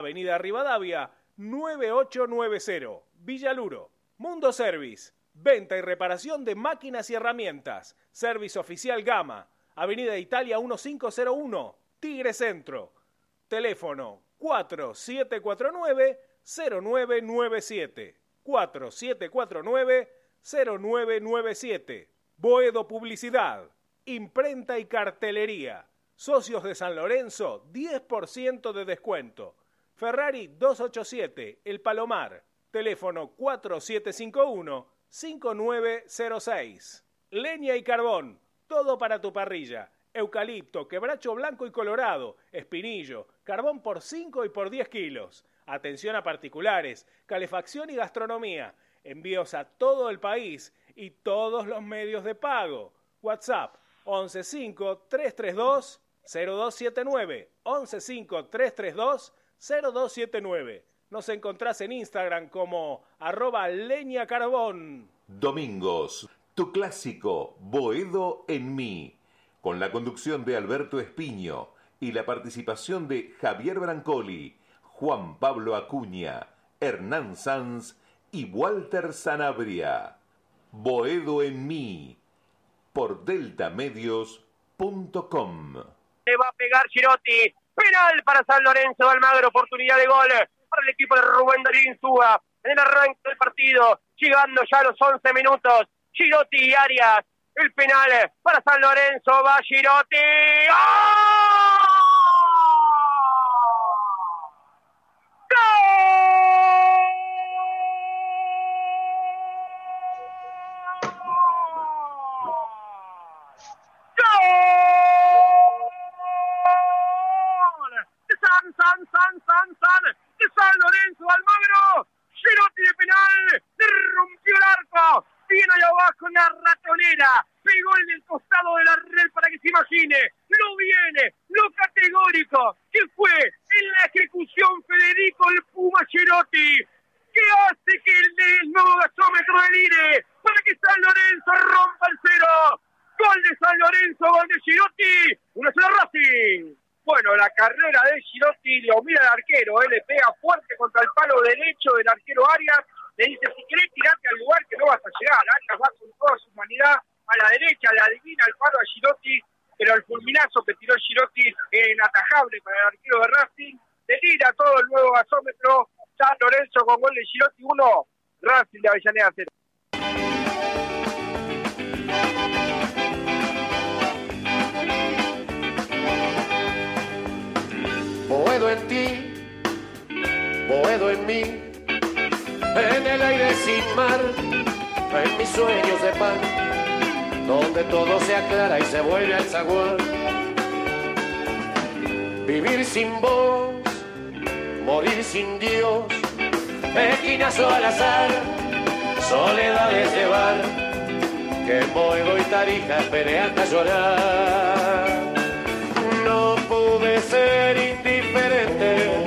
Avenida Rivadavia, 9890, Villaluro. Mundo Service, venta y reparación de máquinas y herramientas. Service Oficial Gama, Avenida Italia 1501, Tigre Centro. Teléfono 4749-0997. 4749-0997. Boedo Publicidad, imprenta y cartelería. Socios de San Lorenzo, 10% de descuento. Ferrari 287, El Palomar. Teléfono 4751-5906. Leña y carbón, todo para tu parrilla. Eucalipto, quebracho blanco y colorado, espinillo, carbón por 5 y por 10 kilos. Atención a particulares, calefacción y gastronomía. Envíos a todo el país y todos los medios de pago. WhatsApp 115-332-0279. 115-332-0279. Nos encontrás en Instagram como @leñacarbón. Domingos, tu clásico Boedo en mí, con la conducción de Alberto Espiño y la participación de Javier Brancoli, Juan Pablo Acuña, Hernán Sanz y Walter Sanabria. Boedo en mí, por deltamedios.com. Le va a pegar Girotti, penal para San Lorenzo de Almagro, oportunidad de gol para el equipo de Rubén Darío Insúa en el arranque del partido, llegando ya a los 11 minutos, Girotti y Arias, el penal para San Lorenzo, va Girotti, ¡oh! De San Lorenzo Almagro, Girotti de penal, le rompió el arco, viene allá abajo en la ratonera, pegó en el costado de la red para que se imagine, lo viene, lo categórico, que fue en la ejecución Federico el Puma Girotti, que hace que el nuevo gasómetro delire, para que San Lorenzo rompa el cero, gol de San Lorenzo, gol de Girotti, 1-0 Racing. Bueno, la carrera de Girotti lo mira el arquero, le pega fuerte contra el palo derecho del arquero Arias, le dice, si querés tirarte al lugar que no vas a llegar, Arias va con toda su humanidad a la derecha, le adivina el palo a Girotti, pero el fulminazo que tiró Girotti es inatajable para el arquero de Racing, le tira todo el nuevo gasómetro, San Lorenzo con gol de Girotti 1, Racing de Avellaneda 0. Boedo en ti, Boedo en mí, en el aire sin mar, en mis sueños de pan, donde todo se aclara y se vuelve al zaguán. Vivir sin vos, morir sin Dios, esquinazo al azar, soledades llevar, que en Boedo y Tarija esperé hasta llorar. No pude ser indiferente,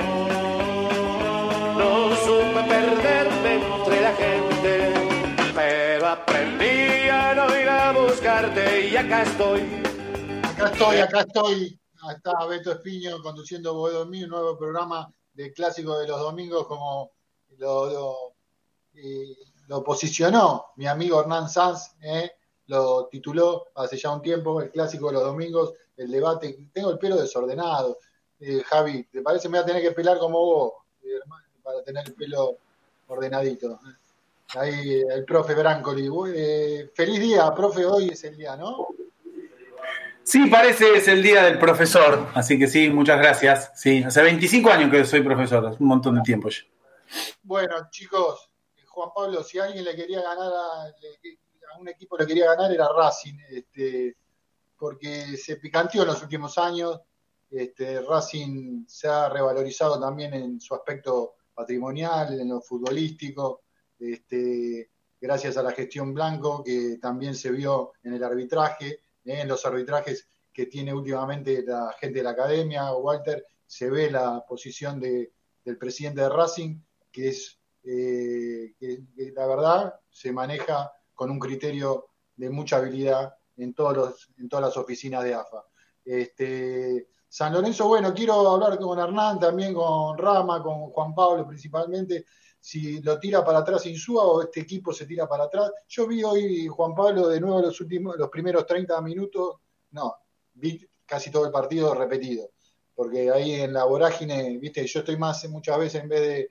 no supe perderme entre la gente, pero aprendí a no ir a buscarte y acá estoy. Acá estoy. Está Beto Espiño conduciendo Boedo en mí, un nuevo programa de clásico de los domingos, como lo posicionó mi amigo Hernán Sanz, lo tituló hace ya un tiempo, el clásico de los domingos, el debate. Tengo el pelo desordenado, Javi, ¿te parece? Me voy a tener que pelar como vos, hermano, para tener el pelo ordenadito. Ahí el profe Brancoli. Feliz día, profe, hoy es el día, ¿no? Sí, parece es el día del profesor, así que sí, muchas gracias. Sí, hace 25 años que soy profesor, es un montón de tiempo ya. Bueno, chicos, Juan Pablo, si alguien le quería ganar a un equipo le quería ganar era Racing, porque se picanteó en los últimos años. Racing se ha revalorizado también en su aspecto patrimonial, en lo futbolístico, gracias a la gestión Blanco, que también se vio en el arbitraje, en los arbitrajes que tiene últimamente la gente de la academia. Walter, se ve la posición del presidente de Racing, que es que la verdad se maneja con un criterio de mucha habilidad en todas las oficinas de AFA. San Lorenzo, bueno, quiero hablar con Hernán, también con Rama, con Juan Pablo principalmente, si lo tira para atrás Insúa o este equipo se tira para atrás. Yo vi hoy Juan Pablo de nuevo los primeros 30 minutos, no, vi casi todo el partido repetido, porque ahí en la vorágine, viste, yo estoy más muchas veces en vez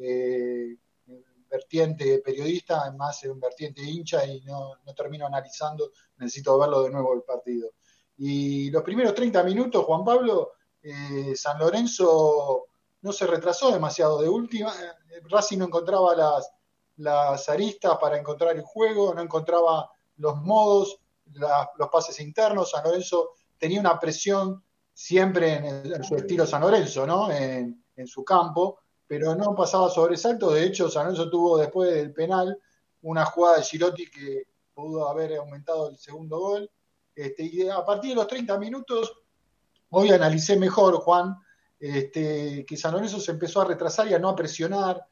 de vertiente periodista, más en vertiente hincha y no termino analizando, necesito verlo de nuevo el partido. Y los primeros 30 minutos, Juan Pablo, San Lorenzo no se retrasó demasiado de última. Racing no encontraba las aristas para encontrar el juego, no encontraba los modos, los pases internos. San Lorenzo tenía una presión siempre en su estilo San Lorenzo, ¿no? En su campo, pero no pasaba sobresalto. De hecho, San Lorenzo tuvo después del penal una jugada de Girotti que pudo haber aumentado el segundo gol. Y a partir de los 30 minutos, hoy analicé mejor, Juan, que San Lorenzo se empezó a retrasar y a no presionar.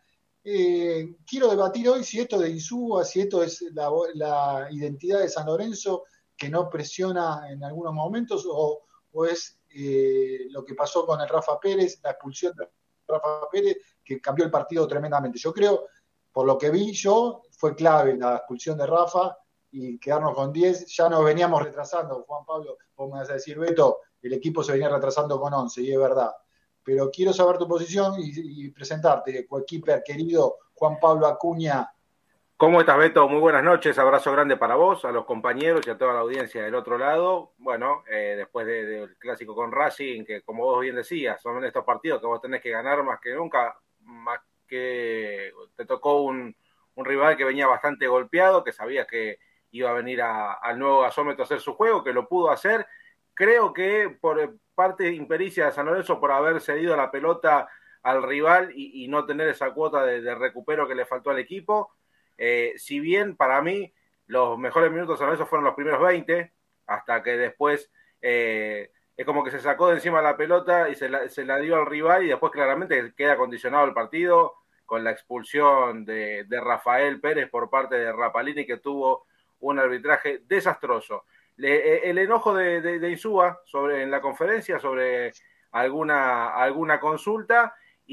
Quiero debatir hoy si esto de Insúa, si esto es la identidad de San Lorenzo, que no presiona en algunos momentos, o es lo que pasó con el Rafa Pérez, la expulsión de Rafa Pérez, que cambió el partido tremendamente. Yo creo, por lo que vi yo, fue clave la expulsión de Rafa, y quedarnos con 10, ya nos veníamos retrasando, Juan Pablo, vos me vas a decir, Beto, el equipo se venía retrasando con 11, y es verdad, pero quiero saber tu posición y presentarte, coequiper querido Juan Pablo Acuña. ¿Cómo estás, Beto? Muy buenas noches, abrazo grande para vos, a los compañeros y a toda la audiencia del otro lado. Bueno, después del clásico con Racing, que como vos bien decías, son estos partidos que vos tenés que ganar más que nunca, más que te tocó un rival que venía bastante golpeado, que sabías que iba a venir al nuevo gasómetro a hacer su juego, que lo pudo hacer. Creo que por parte de impericia de San Lorenzo, por haber cedido la pelota al rival y no tener esa cuota de recupero que le faltó al equipo, si bien para mí los mejores minutos de San Lorenzo fueron los primeros 20, hasta que después es como que se sacó de encima la pelota y se la dio al rival, y después claramente queda condicionado el partido con la expulsión de Rafael Pérez por parte de Rapalini, que tuvo un arbitraje desastroso. El enojo de Insúa en la conferencia sobre alguna consulta,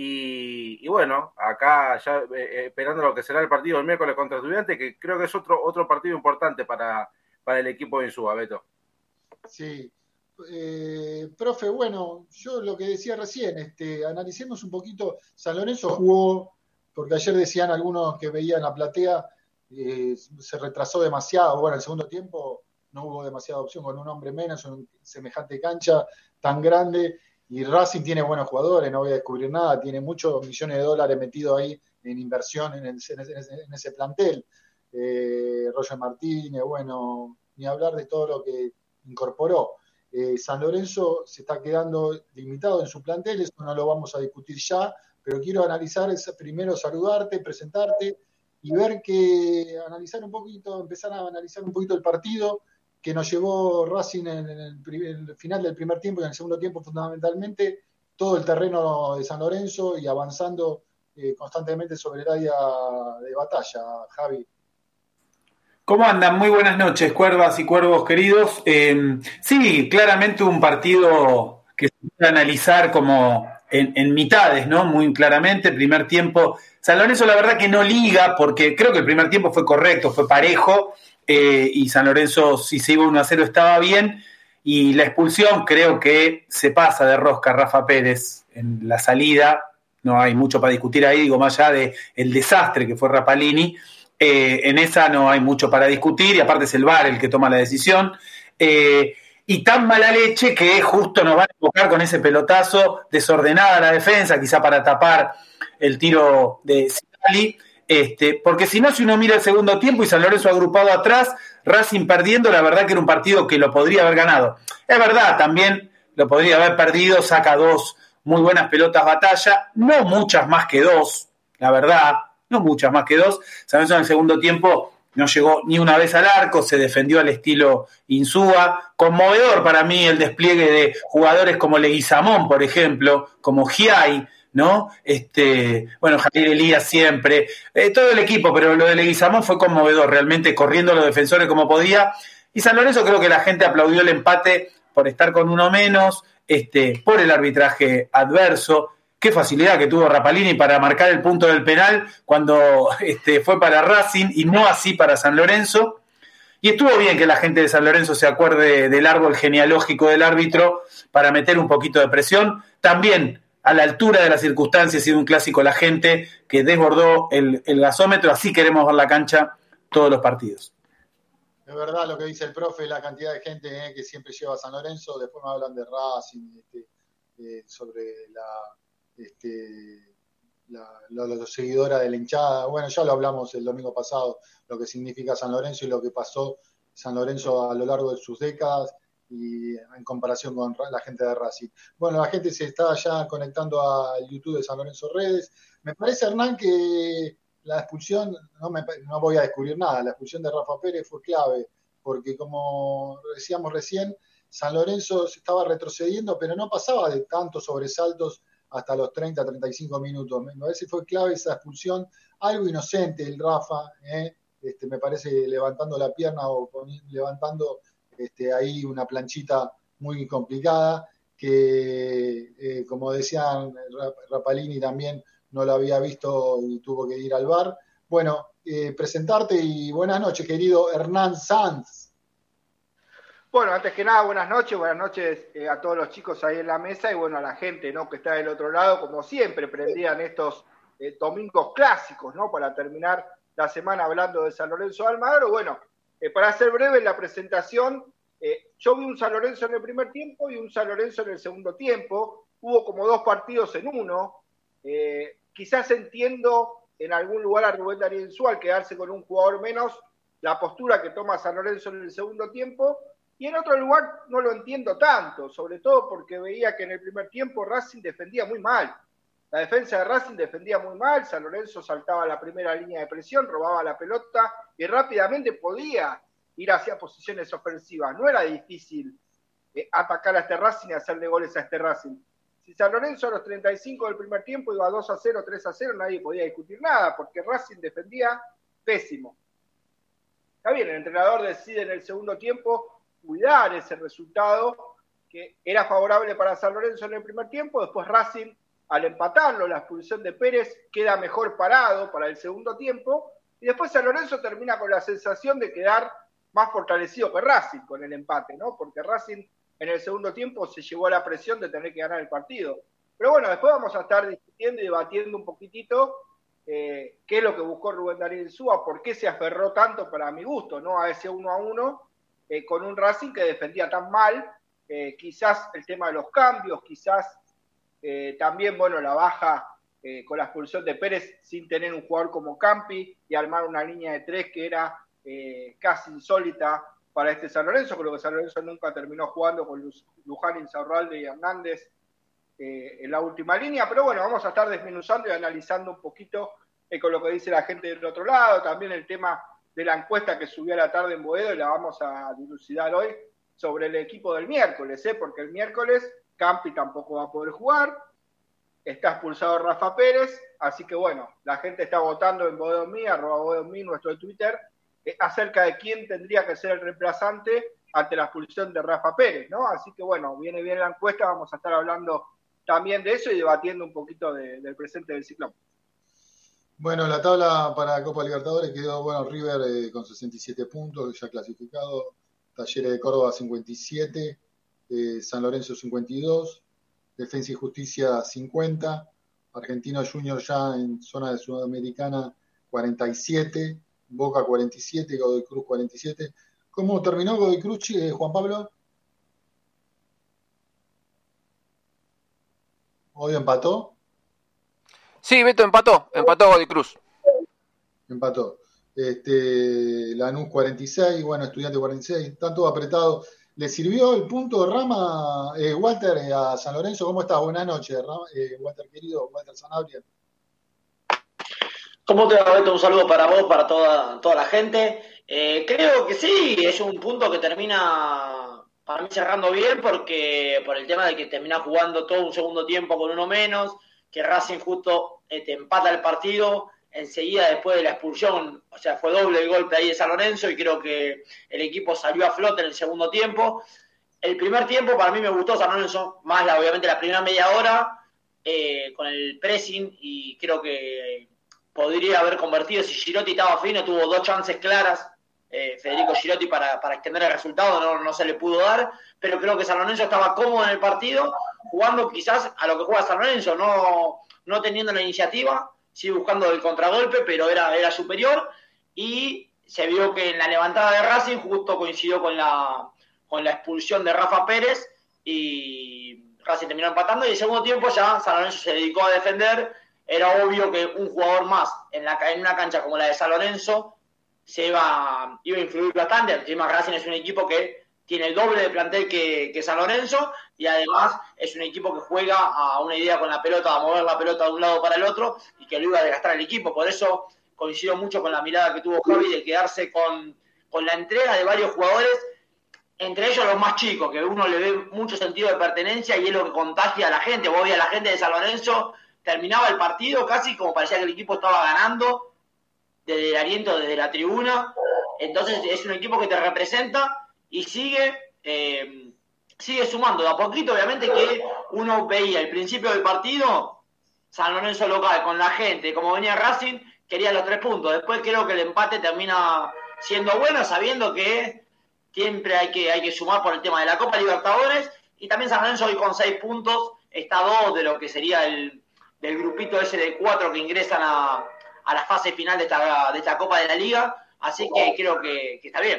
y bueno, acá ya esperando lo que será el partido el miércoles contra Estudiantes, que creo que es otro partido importante para el equipo de Insúa, Beto. Sí. Profe, bueno, yo lo que decía recién, analicemos un poquito. San Lorenzo jugó, porque ayer decían algunos que veían la platea, se retrasó demasiado. Bueno, el segundo tiempo no hubo demasiada opción con un hombre menos, en semejante cancha tan grande, y Racing tiene buenos jugadores, no voy a descubrir nada, tiene muchos millones de dólares metidos ahí en inversión en ese plantel. Roger Martínez, bueno, ni hablar de todo lo que incorporó. San Lorenzo se está quedando limitado en su plantel, eso no lo vamos a discutir ya, pero quiero analizar primero, saludarte, presentarte y empezar a analizar un poquito el partido que nos llevó Racing en el final del primer tiempo y en el segundo tiempo fundamentalmente, todo el terreno de San Lorenzo y avanzando constantemente sobre el área de batalla, Javi. ¿Cómo andan? Muy buenas noches, cuervas y cuervos queridos. Sí, claramente un partido que se puede analizar como en mitades, ¿no? Muy claramente, primer tiempo. San Lorenzo la verdad que no liga, porque creo que el primer tiempo fue correcto, fue parejo, y San Lorenzo, si se iba 1-0, estaba bien, y la expulsión creo que se pasa de rosca Rafa Pérez en la salida, no hay mucho para discutir ahí, digo, más allá de el desastre que fue Rapalini, en esa no hay mucho para discutir, y aparte es el VAR el que toma la decisión, y tan mala leche que justo nos van a enfocar con ese pelotazo, desordenada la defensa, quizá para tapar el tiro de Sigali, porque si no, si uno mira el segundo tiempo y San Lorenzo agrupado atrás, Racing perdiendo, la verdad que era un partido que lo podría haber ganado. Es verdad, también lo podría haber perdido, saca dos muy buenas pelotas batalla, no muchas más que dos, la verdad, no muchas más que dos. San Lorenzo en el segundo tiempo no llegó ni una vez al arco, se defendió al estilo Insúa. Conmovedor para mí el despliegue de jugadores como Leguizamón, por ejemplo, como Giai, ¿no? Bueno, Javier Elías siempre, todo el equipo, pero lo de Leguizamón fue conmovedor, realmente corriendo los defensores como podía. Y San Lorenzo creo que la gente aplaudió el empate por estar con uno menos, por el arbitraje adverso. Qué facilidad que tuvo Rapalini para marcar el punto del penal cuando fue para Racing y no así para San Lorenzo. Y estuvo bien que la gente de San Lorenzo se acuerde del árbol genealógico del árbitro para meter un poquito de presión. También a la altura de las circunstancias y de un clásico, la gente que desbordó el gasómetro. Así queremos ver la cancha todos los partidos. Es verdad lo que dice el profe, la cantidad de gente que siempre lleva a San Lorenzo. Después me hablan de Racing, sobre los seguidores de la hinchada. Bueno, ya lo hablamos el domingo pasado, lo que significa San Lorenzo y lo que pasó San Lorenzo a lo largo de sus décadas y en comparación con la gente de Racing. Bueno, la gente se está ya conectando al YouTube de San Lorenzo Redes. Me parece, Hernán, que la expulsión, no voy a descubrir nada, la expulsión de Rafa Pérez fue clave, porque como decíamos recién, San Lorenzo se estaba retrocediendo, pero no pasaba de tantos sobresaltos hasta los 30, 35 minutos. Me parece que fue clave esa expulsión, algo inocente el Rafa, me parece levantando la pierna o levantando ahí una planchita muy complicada, que como decían Rapalini también no lo había visto y tuvo que ir al VAR. Bueno, presentarte y buenas noches, querido Hernán Sanz. Bueno, antes que nada, buenas noches a todos los chicos ahí en la mesa y bueno, a la gente, ¿no?, que está del otro lado, como siempre, prendían estos domingos clásicos, ¿no?, para terminar la semana hablando de San Lorenzo de Almagro. Bueno, para ser breve en la presentación, yo vi un San Lorenzo en el primer tiempo y un San Lorenzo en el segundo tiempo. Hubo como dos partidos en uno. Quizás entiendo en algún lugar a Rubén Darío Insúa al quedarse con un jugador menos, la postura que toma San Lorenzo en el segundo tiempo. Y en otro lugar no lo entiendo tanto, sobre todo porque veía que en el primer tiempo Racing defendía muy mal. La defensa de Racing defendía muy mal, San Lorenzo saltaba a la primera línea de presión, robaba la pelota y rápidamente podía ir hacia posiciones ofensivas. No era difícil atacar a este Racing y hacerle goles a este Racing. Si San Lorenzo a los 35 del primer tiempo iba 2-0, 3-0, nadie podía discutir nada, porque Racing defendía pésimo. Está bien, el entrenador decide en el segundo tiempo cuidar ese resultado que era favorable para San Lorenzo en el primer tiempo. Después Racing, al empatarlo, la expulsión de Pérez, queda mejor parado para el segundo tiempo, y después San Lorenzo termina con la sensación de quedar más fortalecido que Racing con el empate, ¿no? Porque Racing en el segundo tiempo se llevó a la presión de tener que ganar el partido. Pero bueno, después vamos a estar discutiendo y debatiendo un poquitito qué es lo que buscó Rubén Darío Insúa, por qué se aferró tanto, para mi gusto, ¿no?, a ese 1-1, con un Racing que defendía tan mal. Quizás el tema de los cambios, quizás también, bueno, la baja con la expulsión de Pérez sin tener un jugador como Campi y armar una línea de tres que era casi insólita para este San Lorenzo. Creo que San Lorenzo nunca terminó jugando con Luján, Insaurralde y Hernández en la última línea, pero bueno, vamos a estar desmenuzando y analizando un poquito con lo que dice la gente del otro lado, también el tema de la encuesta que subió a la tarde en Boedo y la vamos a dilucidar hoy sobre el equipo del miércoles, porque el miércoles Campi tampoco va a poder jugar, está expulsado Rafa Pérez, así que bueno, la gente está votando en @boedomí, nuestro Twitter, acerca de quién tendría que ser el reemplazante ante la expulsión de Rafa Pérez, ¿no? Así que bueno, viene bien la encuesta, vamos a estar hablando también de eso y debatiendo un poquito del presente del Ciclón. Bueno, la tabla para Copa Libertadores quedó, bueno, River con 67 puntos, ya clasificado, Talleres de Córdoba 57, San Lorenzo 52, Defensa y Justicia 50, Argentino Junior ya en zona de Sudamericana 47, Boca 47, Godoy Cruz 47. ¿Cómo terminó Godoy Cruz, Juan Pablo? ¿Hoy empató? Sí, Beto, empató Godoy Cruz. Empató. Lanús 46, bueno, Estudiante 46, están todos apretados. ¿Le sirvió el punto de Rama, Walter, a San Lorenzo? ¿Cómo estás? Buenas noches, Walter querido, Walter Sanabria. ¿Cómo te va, Beto? Un saludo para vos, para toda la gente. Creo que sí, es un punto que termina para mí cerrando bien, porque por el tema de que termina jugando todo un segundo tiempo con uno menos, que Racing justo te empata el partido enseguida después de la expulsión, o sea, fue doble el golpe ahí de San Lorenzo y creo que el equipo salió a flote en el segundo tiempo. El primer tiempo para mí me gustó San Lorenzo, más obviamente la primera media hora, con el pressing, y creo que podría haber convertido si Girotti estaba fino, tuvo 2 chances claras, Federico Girotti para extender el resultado, no se le pudo dar, pero creo que San Lorenzo estaba cómodo en el partido, jugando quizás a lo que juega San Lorenzo, no teniendo la iniciativa, sí buscando el contragolpe, pero era superior, y se vio que en la levantada de Racing justo coincidió con la expulsión de Rafa Pérez, y Racing terminó empatando, y el segundo tiempo ya San Lorenzo se dedicó a defender. Era obvio que un jugador más en una cancha como la de San Lorenzo iba a influir bastante. Encima Racing es un equipo que tiene el doble de plantel que San Lorenzo, y además es un equipo que juega a una idea con la pelota, a mover la pelota de un lado para el otro, y que lo iba a desgastar al equipo. Por eso coincido mucho con la mirada que tuvo Javi de quedarse con la entrega de varios jugadores, entre ellos los más chicos, que uno le ve mucho sentido de pertenencia y es lo que contagia a la gente. Vos veías a la gente de San Lorenzo, terminaba el partido casi como parecía que el equipo estaba ganando, desde el aliento, desde la tribuna. Entonces es un equipo que te representa y sigue sumando de a poquito. Obviamente que uno veía al principio del partido San Lorenzo local con la gente, como venía Racing, quería los 3 puntos. Después creo que el empate termina siendo bueno, sabiendo que siempre hay que sumar por el tema de la Copa Libertadores, y también San Lorenzo hoy con 6 puntos está a 2 de lo que sería del grupito ese de 4 que ingresan a la fase final de esta Copa de la Liga, así que creo que está bien.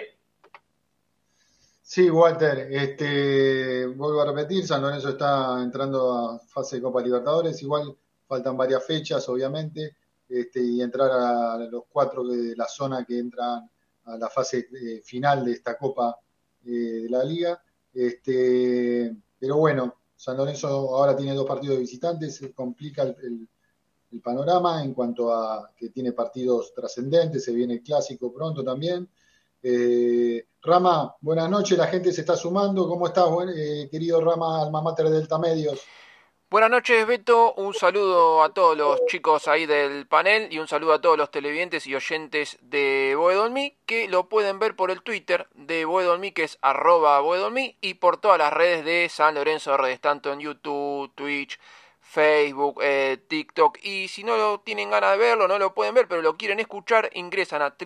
Sí, Walter, vuelvo a repetir, San Lorenzo está entrando a fase de Copa Libertadores, igual faltan varias fechas, obviamente, y entrar a los 4 de la zona que entran a la fase final de esta Copa de la Liga. Pero bueno, San Lorenzo ahora tiene 2 partidos de visitantes, se complica el panorama en cuanto a que tiene partidos trascendentes, se viene el clásico pronto también. Rama, buenas noches, la gente se está sumando. ¿Cómo estás, querido Rama, alma mater de Delta Medios? Buenas noches, Beto, un saludo a todos los chicos ahí del panel y un saludo a todos los televidentes y oyentes de Boedolmí, que lo pueden ver por el Twitter de Boedolmí, que es @Boedolmí, y por todas las redes de San Lorenzo de Redes, tanto en YouTube, Twitch, Facebook, TikTok, y si no lo tienen ganas de verlo, no lo pueden ver, pero lo quieren escuchar, ingresan a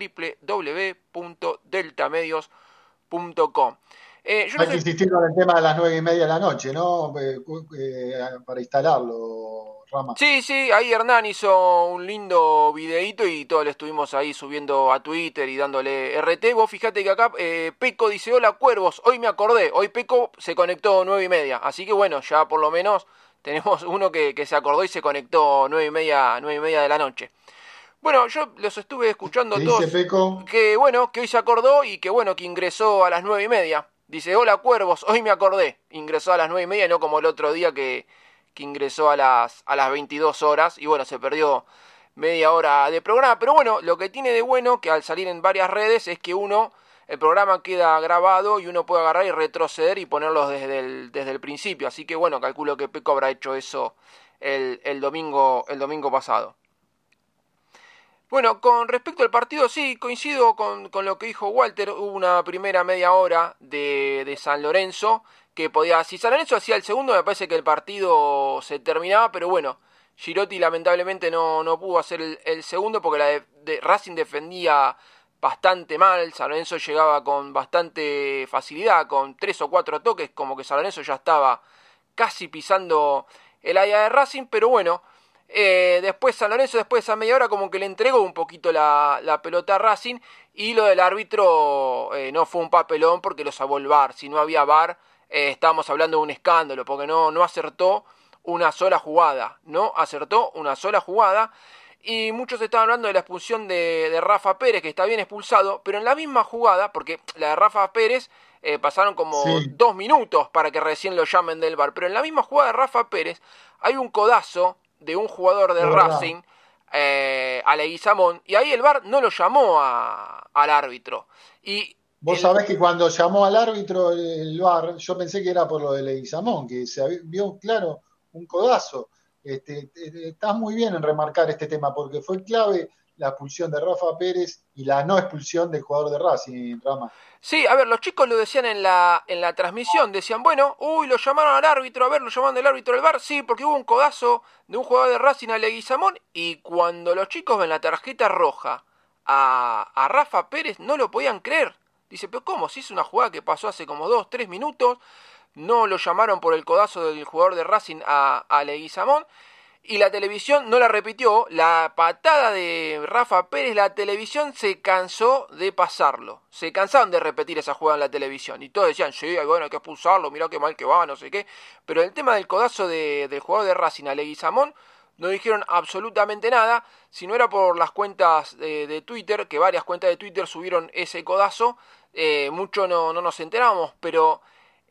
www.deltamedios.com. Hay que insistir con el tema de las 9:30 de la noche, ¿no? Para instalarlo, Rama. Sí, ahí Hernán hizo un lindo videíto y todos le estuvimos ahí subiendo a Twitter y dándole RT. Vos fíjate que acá Peco dice: hola Cuervos, hoy me acordé, hoy Peco se conectó 9:30, así que bueno, ya por lo menos tenemos uno que se acordó y se conectó 9:30 de la noche. Bueno, yo los estuve escuchando ¿Qué todos, dice Peco? que bueno, que hoy se acordó y que bueno, que ingresó a las 9:30. Dice: hola Cuervos, hoy me acordé. Ingresó a las 9:30 y no como el otro día que ingresó a las 22 horas. Y bueno, se perdió media hora de programa. Pero bueno, lo que tiene de bueno que al salir en varias redes es que el programa queda grabado y uno puede agarrar y retroceder y ponerlos desde el principio. Así que bueno, calculo que Peco habrá hecho eso el domingo pasado. Bueno, con respecto al partido, sí, coincido con lo que dijo Walter. Hubo una primera media hora de San Lorenzo que si San Lorenzo hacía el segundo, me parece que el partido se terminaba, pero bueno, Girotti lamentablemente no pudo hacer el segundo porque la de Racing defendía bastante mal. San Lorenzo llegaba con bastante facilidad, con 3 o 4 toques, como que San Lorenzo ya estaba casi pisando el área de Racing, pero bueno, después San Lorenzo, después de esa media hora, como que le entregó un poquito la pelota a Racing, y lo del árbitro no fue un papelón porque lo salvó el VAR. Si no había VAR, estábamos hablando de un escándalo, porque no acertó una sola jugada, y muchos estaban hablando de la expulsión de Rafa Pérez, que está bien expulsado, pero en la misma jugada, porque la de Rafa Pérez pasaron como 2 minutos para que recién lo llamen del VAR, pero en la misma jugada de Rafa Pérez hay un codazo de un jugador de Racing a Leguizamón, y ahí el VAR no lo llamó al árbitro. Y vos sabés que cuando llamó al árbitro el VAR, yo pensé que era por lo de Leguizamón, que se vio claro un codazo. Estás muy bien en remarcar este tema, porque fue clave la expulsión de Rafa Pérez y la no expulsión del jugador de Racing, Rama. Sí, a ver, los chicos lo decían en la transmisión, decían, bueno, lo llamaron al árbitro, a ver, lo llamaron del árbitro del VAR, sí, porque hubo un codazo de un jugador de Racing a Leguizamón, y cuando los chicos ven la tarjeta roja a Rafa Pérez, no lo podían creer. Dice, pero ¿cómo? Si es una jugada que pasó hace como 2-3 minutos, no lo llamaron por el codazo del jugador de Racing a Leguizamón, y la televisión no la repitió. La patada de Rafa Pérez, la televisión se cansó de pasarlo. Se cansaron de repetir esa jugada en la televisión. Y todos decían, sí, bueno, hay que expulsarlo, mirá qué mal que va, no sé qué. Pero el tema del codazo del jugador de Racing a Leguizamón, no dijeron absolutamente nada. Si no era por las cuentas de Twitter, que varias cuentas de Twitter subieron ese codazo, mucho no nos enteramos. Pero,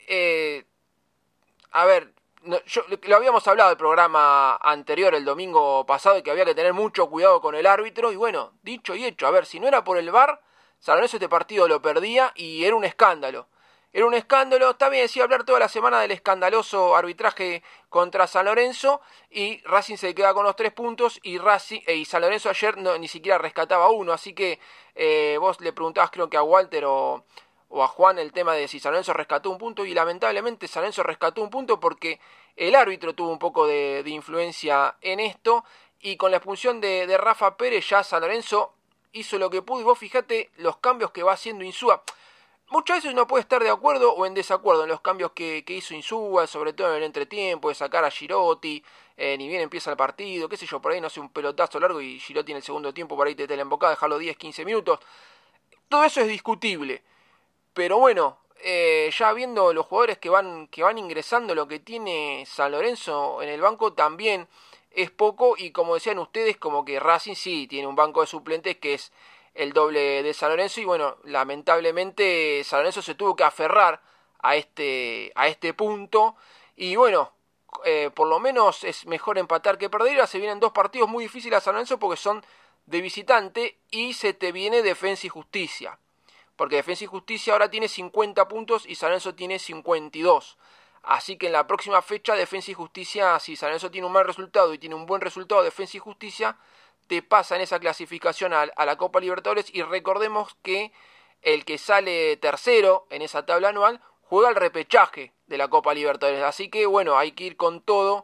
a ver... No, lo habíamos hablado el programa anterior, el domingo pasado, y que había que tener mucho cuidado con el árbitro, y bueno, dicho y hecho, a ver, si no era por el VAR, San Lorenzo este partido lo perdía, y era un escándalo. Era un escándalo, también decía hablar toda la semana del escandaloso arbitraje contra San Lorenzo, y Racing se queda con los 3 puntos, y San Lorenzo ayer ni siquiera rescataba uno, así que vos le preguntabas, creo que a Walter o a Juan, el tema de si San Lorenzo rescató un punto, y lamentablemente San Lorenzo rescató un punto porque el árbitro tuvo un poco de influencia en esto, y con la expulsión de Rafa Pérez ya San Lorenzo hizo lo que pudo, y vos fijate los cambios que va haciendo Insúa. Muchas veces uno puede estar de acuerdo o en desacuerdo en los cambios que hizo Insúa, sobre todo en el entretiempo, de sacar a Girotti, ni bien empieza el partido, qué sé yo, por ahí no hace un pelotazo largo y Girotti en el segundo tiempo por ahí te la embocada, dejarlo 10-15 minutos. Todo eso es discutible. Pero bueno, ya viendo los jugadores que van ingresando, lo que tiene San Lorenzo en el banco también es poco, y como decían ustedes, como que Racing sí tiene un banco de suplentes que es el doble de San Lorenzo, y bueno, lamentablemente San Lorenzo se tuvo que aferrar a este punto, y bueno, por lo menos es mejor empatar que perder. Ahora se vienen 2 partidos muy difíciles a San Lorenzo porque son de visitante, y se te viene Defensa y Justicia. Porque Defensa y Justicia ahora tiene 50 puntos y San Lorenzo tiene 52. Así que en la próxima fecha, Defensa y Justicia, si San Lorenzo tiene un mal resultado y tiene un buen resultado Defensa y Justicia, te pasa en esa clasificación a la Copa Libertadores. Y recordemos que el que sale tercero en esa tabla anual juega el repechaje de la Copa Libertadores. Así que bueno, hay que ir con todo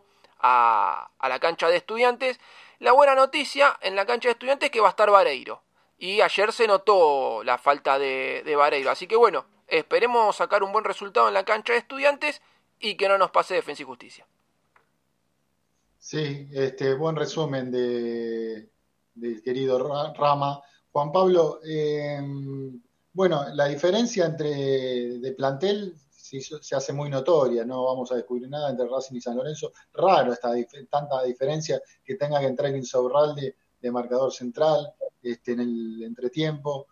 a la cancha de Estudiantes. La buena noticia en la cancha de Estudiantes es que va a estar Vareiro. Y ayer se notó la falta de Vareiro. Así que bueno, esperemos sacar un buen resultado en la cancha de Estudiantes y que no nos pase Defensa y Justicia. Sí, buen resumen del querido Rama. Juan Pablo, bueno, la diferencia de plantel se hace muy notoria, no vamos a descubrir nada entre Racing y San Lorenzo. Raro tanta diferencia que tenga que entrar Insaurralde de marcador central en el entretiempo,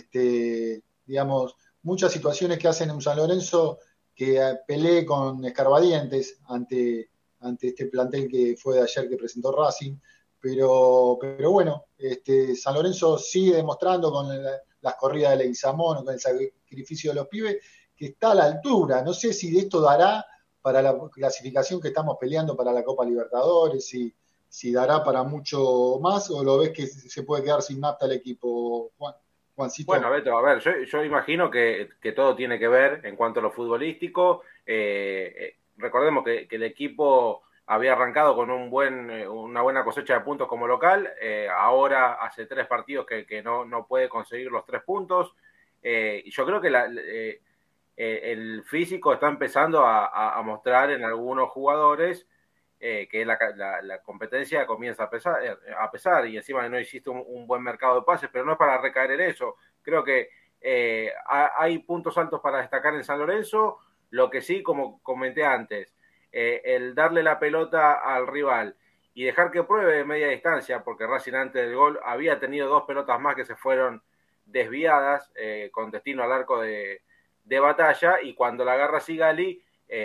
digamos, muchas situaciones que hacen en San Lorenzo que pelee con escarbadientes ante este plantel que fue de ayer que presentó Racing, pero bueno, San Lorenzo sigue demostrando con las corridas de Leguizamón, con el sacrificio de los pibes, que está a la altura. No sé si de esto dará para la clasificación que estamos peleando para la Copa Libertadores, si dará para mucho más, o lo ves que se puede quedar sin nafta el equipo, Juancito. Bueno, Beto, a ver, yo imagino que todo tiene que ver en cuanto a lo futbolístico. Recordemos que el equipo había arrancado con una buena cosecha de puntos como local. Ahora hace 3 partidos que no puede conseguir los 3 puntos. Y yo creo que el físico está empezando a mostrar en algunos jugadores que la competencia comienza a pesar, y encima no existe un buen mercado de pases, pero no es para recaer en eso. Creo que hay puntos altos para destacar en San Lorenzo. Lo que sí, como comenté antes, el darle la pelota al rival y dejar que pruebe de media distancia, porque Racing antes del gol había tenido 2 pelotas más que se fueron desviadas con destino al arco de Batalla, y cuando la agarra Sigali,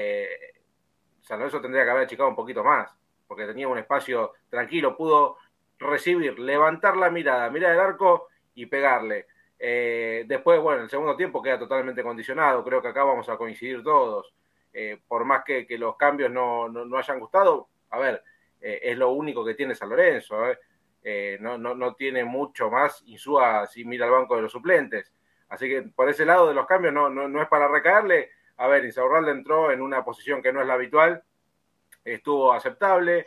San Lorenzo tendría que haber achicado un poquito más, porque tenía un espacio tranquilo, pudo recibir, levantar la mirada, mirar el arco y pegarle. Después, bueno, el segundo tiempo queda totalmente condicionado. Creo que acá vamos a coincidir todos. Por más que los cambios no hayan gustado, a ver, es lo único que tiene San Lorenzo. no tiene mucho más Insúa si mira al banco de los suplentes. Así que por ese lado de los cambios no es para recaerle. A ver, Insaurralde entró en una posición que no es la habitual, estuvo aceptable.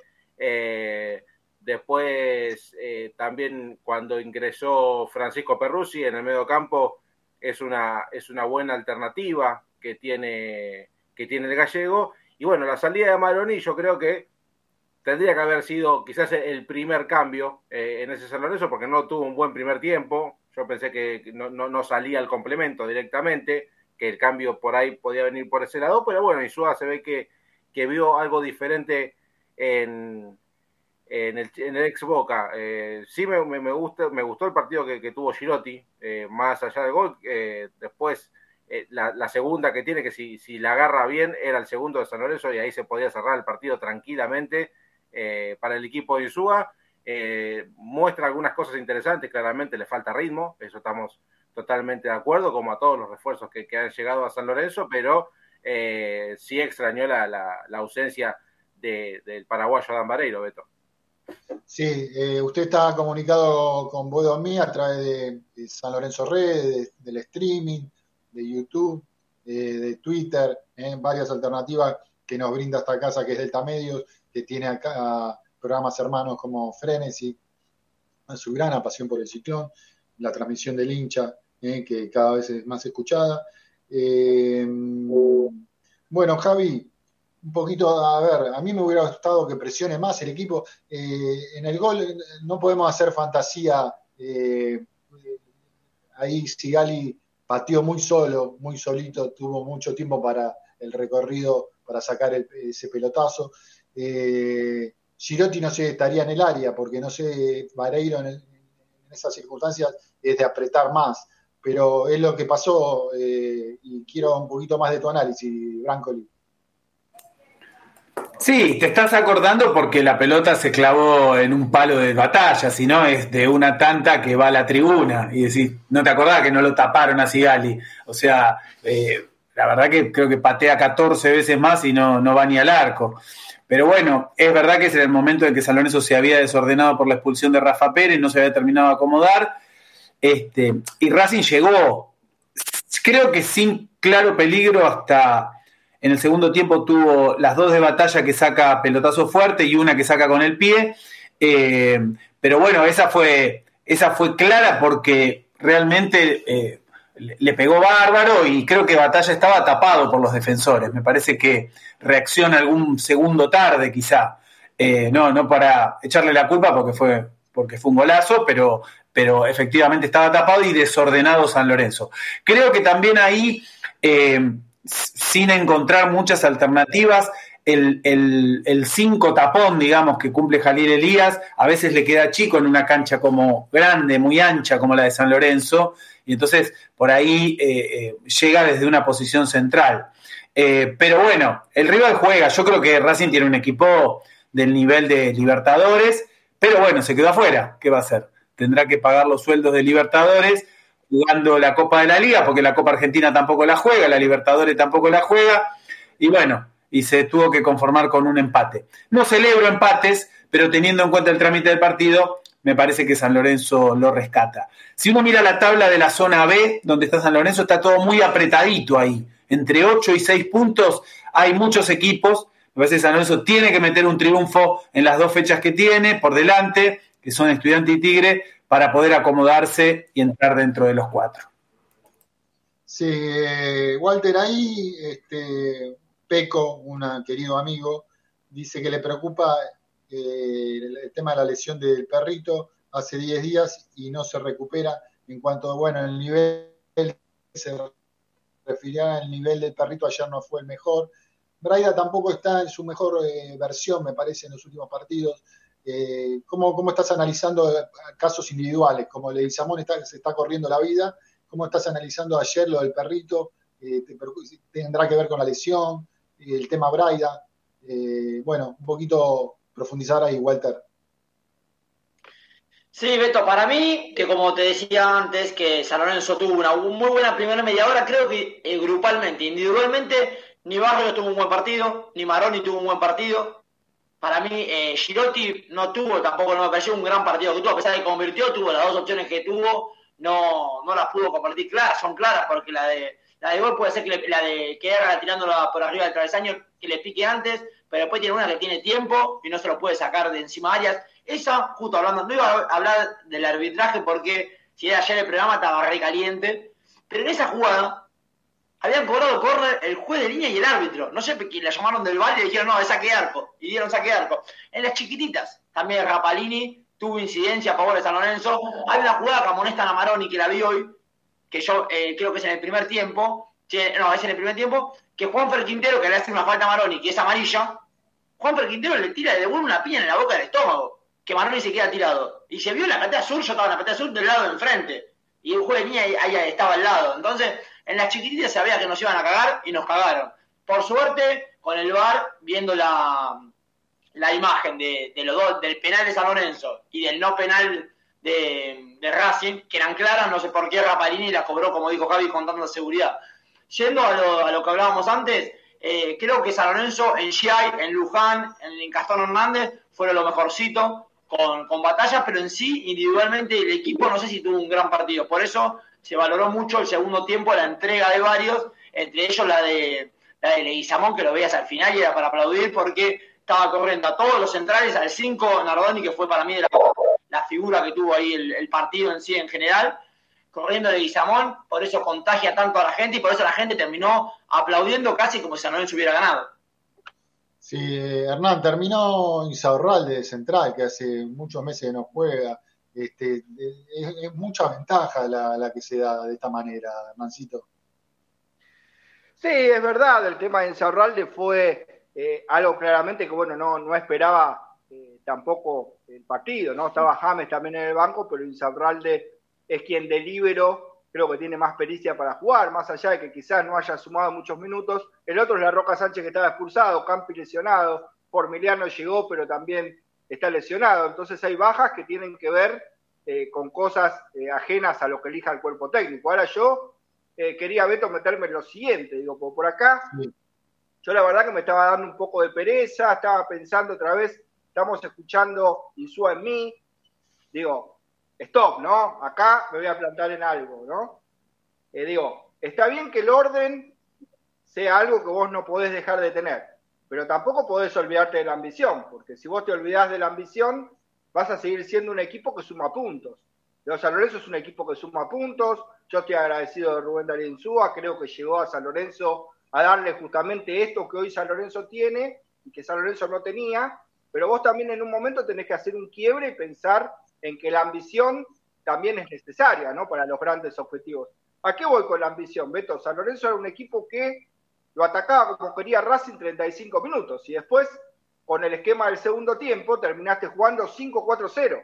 Después también cuando ingresó Francisco Perruzzi en el medio campo es una buena alternativa que tiene el gallego. Y bueno, la salida de Maroni yo creo que tendría que haber sido quizás el primer cambio en ese San Lorenzo, porque no tuvo un buen primer tiempo. Yo pensé que no salía el complemento directamente, que el cambio por ahí podía venir por ese lado, pero bueno, Insúa se ve que vio algo diferente en el ex Boca. Sí me gustó el partido que tuvo Girotti, más allá del gol. Después la segunda que tiene, que si la agarra bien, era el segundo de San Lorenzo y ahí se podía cerrar el partido tranquilamente para el equipo de Insúa. Muestra algunas cosas interesantes, claramente le falta ritmo, eso estamos totalmente de acuerdo, como a todos los refuerzos que han llegado a San Lorenzo, pero sí extrañó la ausencia del paraguayo Adán Vareiro, Beto. Sí, usted está comunicado con Boedo en mí a través de San Lorenzo Red, del streaming, de YouTube, de Twitter, varias alternativas que nos brinda esta casa que es Delta Medios, que tiene acá programas hermanos como Frenesí, Azulgrana, Pasión por el Ciclón, la transmisión del hincha, que cada vez es más escuchada. Bueno, Javi, un poquito, a ver, a mí me hubiera gustado que presione más el equipo. En el gol no podemos hacer fantasía. Ahí Sigali pateó muy solo, muy solito, tuvo mucho tiempo para el recorrido, para sacar ese pelotazo. Girotti no sé, estaría en el área, porque no sé, Vareiro en esas circunstancias es de apretar más, pero es lo que pasó, y quiero un poquito más de tu análisis, Brancoli. Sí, te estás acordando porque la pelota se clavó en un palo de batalla, si no es de una tanta que va a la tribuna, y decís, no te acordás que no lo taparon a Sigali, o sea, la verdad que creo que patea 14 veces más y no va ni al arco. Pero bueno, es verdad que es en el momento en que San Lorenzo se había desordenado por la expulsión de Rafa Pérez, no se había terminado de acomodar, y Racing llegó, creo que sin claro peligro hasta en el segundo tiempo. Tuvo las dos de batalla que saca pelotazo fuerte y una que saca con el pie, pero bueno, esa fue clara porque realmente le pegó bárbaro y creo que Batalla estaba tapado por los defensores. Me parece que reacciona algún segundo tarde quizá, no para echarle la culpa porque fue un golazo, pero efectivamente estaba tapado y desordenado San Lorenzo. Creo que también ahí, sin encontrar muchas alternativas, el 5 tapón, digamos, que cumple Jalil Elías, a veces le queda chico en una cancha como grande, muy ancha como la de San Lorenzo, y entonces por ahí llega desde una posición central. Pero bueno, el rival juega. Yo creo que Racing tiene un equipo del nivel de Libertadores, pero bueno, se quedó afuera. ¿Qué va a hacer? Tendrá que pagar los sueldos de Libertadores jugando la Copa de la Liga, porque la Copa Argentina tampoco la juega, la Libertadores tampoco la juega, y bueno, y se tuvo que conformar con un empate. No celebro empates, pero teniendo en cuenta el trámite del partido, me parece que San Lorenzo lo rescata. Si uno mira la tabla de la zona B, donde está San Lorenzo, está todo muy apretadito ahí. Entre 8 y 6 puntos hay muchos equipos. Me parece que San Lorenzo tiene que meter un triunfo en las dos fechas que tiene por delante, que son Estudiantes y Tigre, para poder acomodarse y entrar dentro de los 4. Sí, Walter, ahí Peco, un querido amigo, dice que le preocupa el tema de la lesión del perrito hace 10 días y no se recupera. En cuanto, bueno, el nivel, se refería al nivel del perrito, ayer no fue el mejor. Braida tampoco está en su mejor versión, me parece, en los últimos partidos. ¿Cómo estás analizando casos individuales? Como el de Samón se está corriendo la vida, ¿cómo estás analizando ayer lo del perrito? ¿Tendrá que ver con la lesión? El tema Braida. Bueno, un poquito profundizar ahí, Walter. Sí, Beto, para mí, que como te decía antes, que San Lorenzo tuvo una muy buena primera media hora, creo que grupalmente, individualmente, ni Barrios tuvo un buen partido, ni Maroni tuvo un buen partido. Para mí, Girotti tampoco no me pareció un gran partido que tuvo, a pesar de que convirtió, tuvo las 2 opciones que tuvo, no las pudo convertir claras, son claras, porque la de gol puede ser que la de que erra tirándola por arriba del travesaño, que le pique antes, pero después tiene una que tiene tiempo y no se lo puede sacar de encima de Arias. Esa, justo hablando, no iba a hablar del arbitraje porque si era ayer el programa estaba re caliente, pero en esa jugada habían cobrado córner el juez de línea y el árbitro. No sé, la llamaron del VAR y dijeron, no, es saque de arco. Y dieron saque de arco. En las chiquititas, también Rapalini tuvo incidencia a favor de San Lorenzo. Hay una jugada que amonestan a Maroni, que la vi hoy, que yo creo que es en el primer tiempo. Es en el primer tiempo, que Juanfer Quintero, que le hace una falta a Maroni, que es amarilla, Juanfer Quintero le tira y le devuelve una piña en la boca del estómago, que Maroni se queda tirado. Y se vio en la patea sur, yo estaba en la patea sur del lado de enfrente. Y el juez de línea ahí estaba al lado. Entonces, en las chiquititas se sabía que nos iban a cagar y nos cagaron. Por suerte, con el VAR, viendo la imagen de los dos, del penal de San Lorenzo y del no penal de Racing, que eran claras, no sé por qué Rapalini la cobró, como dijo Javi, con tanta seguridad. Yendo a lo que hablábamos antes, creo que San Lorenzo en Giai, en Luján, en Gastón Hernández, fueron lo mejorcito, con batallas, pero en sí, individualmente, el equipo no sé si tuvo un gran partido. Por eso se valoró mucho el segundo tiempo, la entrega de varios, entre ellos la de Leguizamón, que lo veías al final y era para aplaudir porque estaba corriendo a todos los centrales, al 5 Nardoni, que fue para mí la figura que tuvo ahí el partido en sí en general, corriendo Leguizamón, por eso contagia tanto a la gente y por eso la gente terminó aplaudiendo casi como si San Lorenzo hubiera ganado. Sí, Hernán, terminó Insaurralde de central, que hace muchos meses que no juega. Es mucha ventaja la que se da de esta manera, Hernancito. Sí, es verdad, el tema de Insaurralde fue algo claramente que no esperaba tampoco el partido, ¿no? Estaba James también en el banco, pero Insaurralde es quien de líbero creo que tiene más pericia para jugar, más allá de que quizás no haya sumado muchos minutos. El otro es la Roca Sánchez, que estaba expulsado, Campi lesionado, Formiliano llegó, pero también está lesionado. Entonces hay bajas que tienen que ver con cosas ajenas a lo que elija el cuerpo técnico. Ahora yo quería, Beto, meterme en lo siguiente, digo, por acá, sí. Yo la verdad que me estaba dando un poco de pereza, estaba pensando otra vez, estamos escuchando Insúa en mí, digo, stop, ¿no? Acá me voy a plantar en algo, ¿no? Digo, está bien que el orden sea algo que vos no podés dejar de tener, pero tampoco podés olvidarte de la ambición, porque si vos te olvidás de la ambición, vas a seguir siendo un equipo que suma puntos. San Lorenzo es un equipo que suma puntos, yo estoy agradecido de Rubén Darío Insúa, creo que llegó a San Lorenzo a darle justamente esto que hoy San Lorenzo tiene y que San Lorenzo no tenía, pero vos también en un momento tenés que hacer un quiebre y pensar en que la ambición también es necesaria, ¿no? Para los grandes objetivos. ¿A qué voy con la ambición, Beto? San Lorenzo era un equipo que lo atacaba como quería Racing 35 minutos y después, con el esquema del segundo tiempo, terminaste jugando 5-4-0.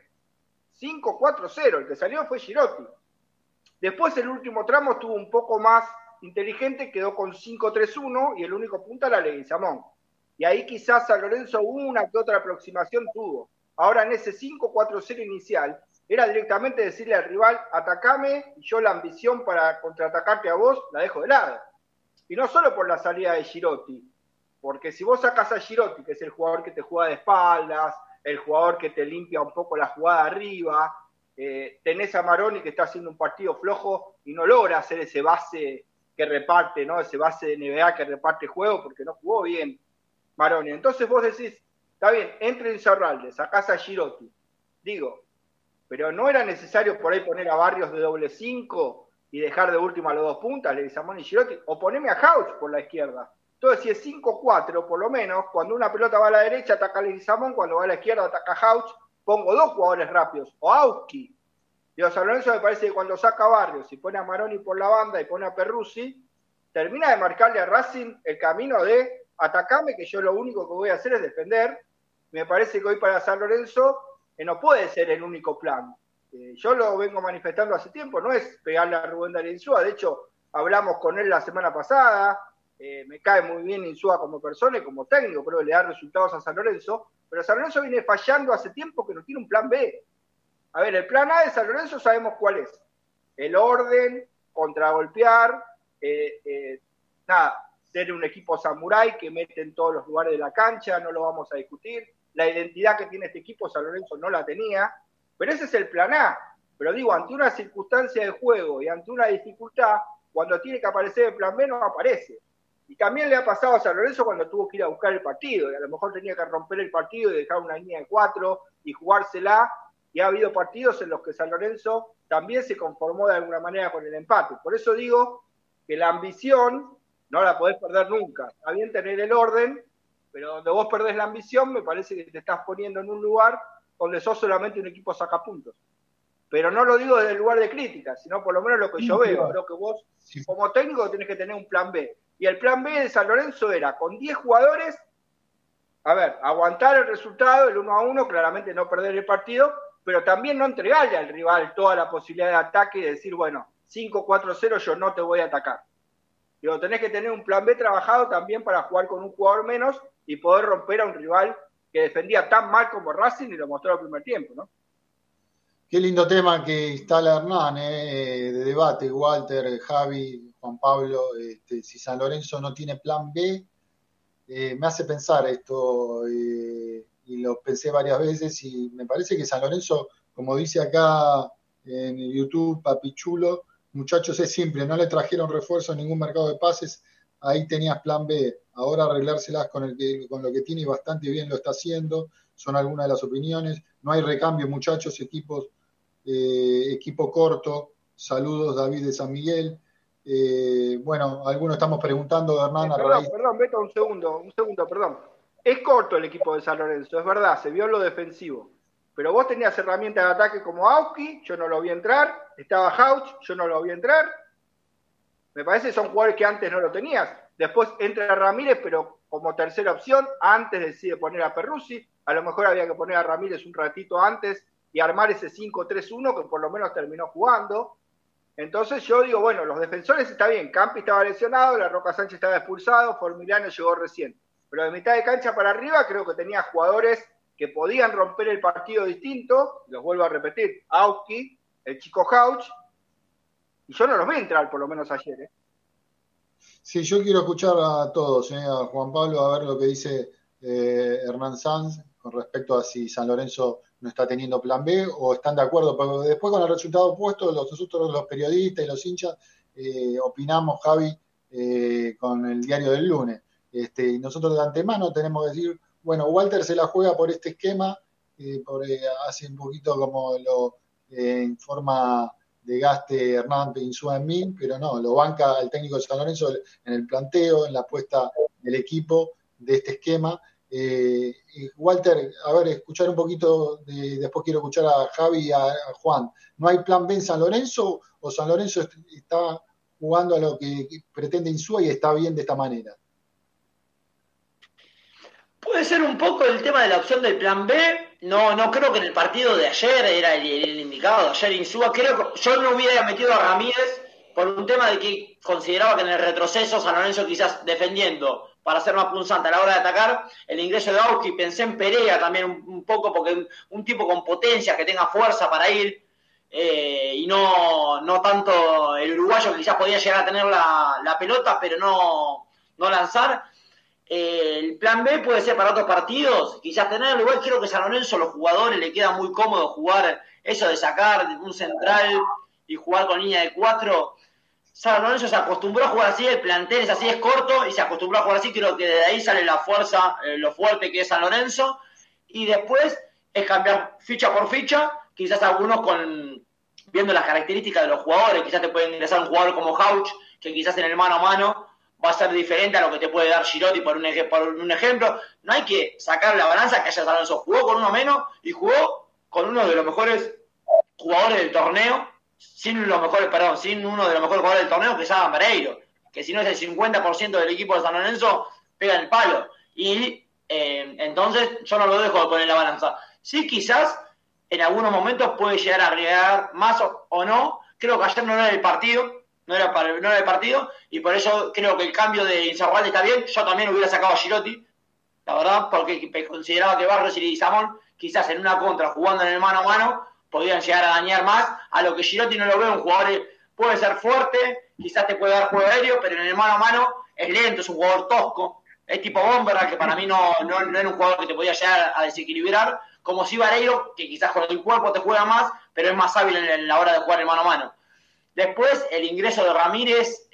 5-4-0, el que salió fue Girotti. Después el último tramo estuvo un poco más inteligente, quedó con 5-3-1 y el único punta era Leguizamón. Y ahí quizás San Lorenzo una que otra aproximación tuvo. Ahora en ese 5-4-0 inicial, era directamente decirle al rival, atacame, y yo la ambición para contraatacarte a vos la dejo de lado. Y no solo por la salida de Girotti, porque si vos sacás a Girotti, que es el jugador que te juega de espaldas, el jugador que te limpia un poco la jugada arriba, tenés a Maroni que está haciendo un partido flojo y no logra hacer ese base que reparte, ¿no? Ese base de NBA que reparte juego porque no jugó bien Maroni. Entonces vos decís, está bien, entre en Insaurralde, sacás a Girotti. Digo, pero no era necesario por ahí poner a Barrios de doble 5 y dejar de última a los dos puntas, Leguizamón y Girotti, o ponerme a Hauch por la izquierda. Entonces, si es 5-4, por lo menos, cuando una pelota va a la derecha, ataca a Leguizamón, cuando va a la izquierda, ataca a Hauch, pongo dos jugadores rápidos, o Auski. Digo, San Lorenzo me parece que cuando saca a Barrios y pone a Maroni por la banda y pone a Perruzzi, termina de marcarle a Racing el camino de atacame, que yo lo único que voy a hacer es defender. Me parece que hoy para San Lorenzo no puede ser el único plan. Yo lo vengo manifestando hace tiempo, no es pegarle a Rubén Darío Insúa, de hecho, hablamos con él la semana pasada, me cae muy bien Insúa como persona y como técnico, creo que le da resultados a San Lorenzo, pero San Lorenzo viene fallando hace tiempo que no tiene un plan B. A ver, el plan A de San Lorenzo sabemos cuál es. El orden, contragolpear, ser un equipo samurái que mete en todos los lugares de la cancha, no lo vamos a discutir. la identidad que tiene este equipo, San Lorenzo no la tenía, pero ese es el plan A. Pero digo, ante una circunstancia de juego y ante una dificultad, cuando tiene que aparecer el plan B no aparece. Y también le ha pasado a San Lorenzo cuando tuvo que ir a buscar el partido, y a lo mejor tenía que romper el partido y dejar una línea de 4 y jugársela, y ha habido partidos en los que San Lorenzo también se conformó de alguna manera con el empate. Por eso digo que la ambición no la podés perder nunca. Está bien tener el orden, pero donde vos perdés la ambición, me parece que te estás poniendo en un lugar donde sos solamente un equipo sacapuntos. Pero no lo digo desde el lugar de crítica, sino por lo menos lo que yo veo. Creo que vos, como técnico, tenés que tener un plan B. Y el plan B de San Lorenzo era, con 10 jugadores, aguantar el resultado, el 1-1, claramente no perder el partido, pero también no entregarle al rival toda la posibilidad de ataque y decir, bueno, 5-4-0 yo no te voy a atacar. Digo, tenés que tener un plan B trabajado también para jugar con un jugador menos y poder romper a un rival que defendía tan mal como Racing y lo mostró al primer tiempo, ¿no? Qué lindo tema que instala Hernán, de debate, Walter, Javi, Juan Pablo, si San Lorenzo no tiene plan B, me hace pensar esto, y lo pensé varias veces, y me parece que San Lorenzo, como dice acá en YouTube, Papichulo, muchachos, es simple, no le trajeron refuerzo en ningún mercado de pases, ahí tenías plan B, ahora arreglárselas con lo que tiene y bastante bien lo está haciendo, son algunas de las opiniones, no hay recambio, muchachos, equipo corto, saludos David de San Miguel. Bueno, algunos estamos preguntando, Hernán, Perdón, Beto, un segundo, perdón. Es corto el equipo de San Lorenzo, es verdad, se vio en lo defensivo, pero vos tenías herramientas de ataque como Auski, yo no lo vi entrar, estaba Hauch, yo no lo vi entrar, me parece que son jugadores que antes no lo tenías. Después entra Ramírez, pero como tercera opción, antes decide poner a Perruzzi, a lo mejor había que poner a Ramírez un ratito antes y armar ese 5-3-1 que por lo menos terminó jugando. Entonces yo digo, bueno, los defensores está bien, Campi estaba lesionado, La Roca Sánchez estaba expulsado, Formiliano llegó recién, pero de mitad de cancha para arriba creo que tenía jugadores que podían romper el partido distinto, los vuelvo a repetir, Auski, el chico Hauch, y yo no los vi entrar por lo menos ayer. Sí, yo quiero escuchar a todos, a Juan Pablo, a ver lo que dice Hernán Sanz con respecto a si San Lorenzo no está teniendo plan B o están de acuerdo, porque después con el resultado opuesto, nosotros los periodistas y los hinchas opinamos, Javi, con el diario del lunes. Y nosotros de antemano tenemos que decir, bueno, Walter se la juega por este esquema, hace un poquito como lo informa de gaste Hernán Insúa en mí, pero no, lo banca el técnico de San Lorenzo en el planteo, en la apuesta del equipo de este esquema. Walter, a ver, escuchar un poquito, después quiero escuchar a Javi y a Juan. ¿No hay plan B en San Lorenzo o San Lorenzo está jugando a lo que pretende Insúa y está bien de esta manera? Puede ser un poco el tema de la opción del plan B. No creo que en el partido de ayer era el indicado. Ayer Insúa, creo que yo no hubiera metido a Ramírez por un tema de que consideraba que en el retroceso San Lorenzo quizás defendiendo para ser más punzante a la hora de atacar, el ingreso de Auski, pensé en Perea también un poco, porque un tipo con potencia, que tenga fuerza para ir, y no tanto el uruguayo que quizás podía llegar a tener la pelota, pero no lanzar. El plan B puede ser para otros partidos, quizás tenerlo. Igual creo que San Lorenzo, los jugadores, le queda muy cómodo jugar eso de sacar un central y jugar con línea de 4. San Lorenzo se acostumbró a jugar así, el plantel es así, es corto, y se acostumbró a jugar así. Creo que de ahí sale la fuerza, lo fuerte que es San Lorenzo. Y después es cambiar ficha por ficha, quizás algunos viendo las características de los jugadores. Quizás te puede ingresar un jugador como Hauch, que quizás en el mano a mano va a ser diferente a lo que te puede dar Girotti por un ejemplo. No hay que sacar la balanza que haya San Lorenzo. Jugó con uno menos y jugó con uno de los mejores jugadores del torneo, sin uno de los mejores jugadores del torneo, que es Adam Pereiro, que si no es el 50% del equipo de San Lorenzo, pega en el palo. Y entonces yo no lo dejo de poner en la balanza. Sí, quizás en algunos momentos puede llegar a agregar más o no. Creo que ayer no era el partido, no era el partido, y por eso creo que el cambio de Insaurralde está bien. Yo también hubiera sacado a Girotti, la verdad, porque consideraba que Barrios y Leguizamón, quizás en una contra, jugando en el mano a mano, podían llegar a dañar más, a lo que Girotti no lo veo. Un jugador puede ser fuerte, quizás te puede dar juego aéreo, pero en el mano a mano es lento, es un jugador tosco, Es tipo Bomberg, que para mí no era un jugador que te podía llegar a desequilibrar, como si Vareiro, que quizás con el cuerpo te juega más, pero es más hábil en la hora de jugar el mano a mano. Después, el ingreso de Ramírez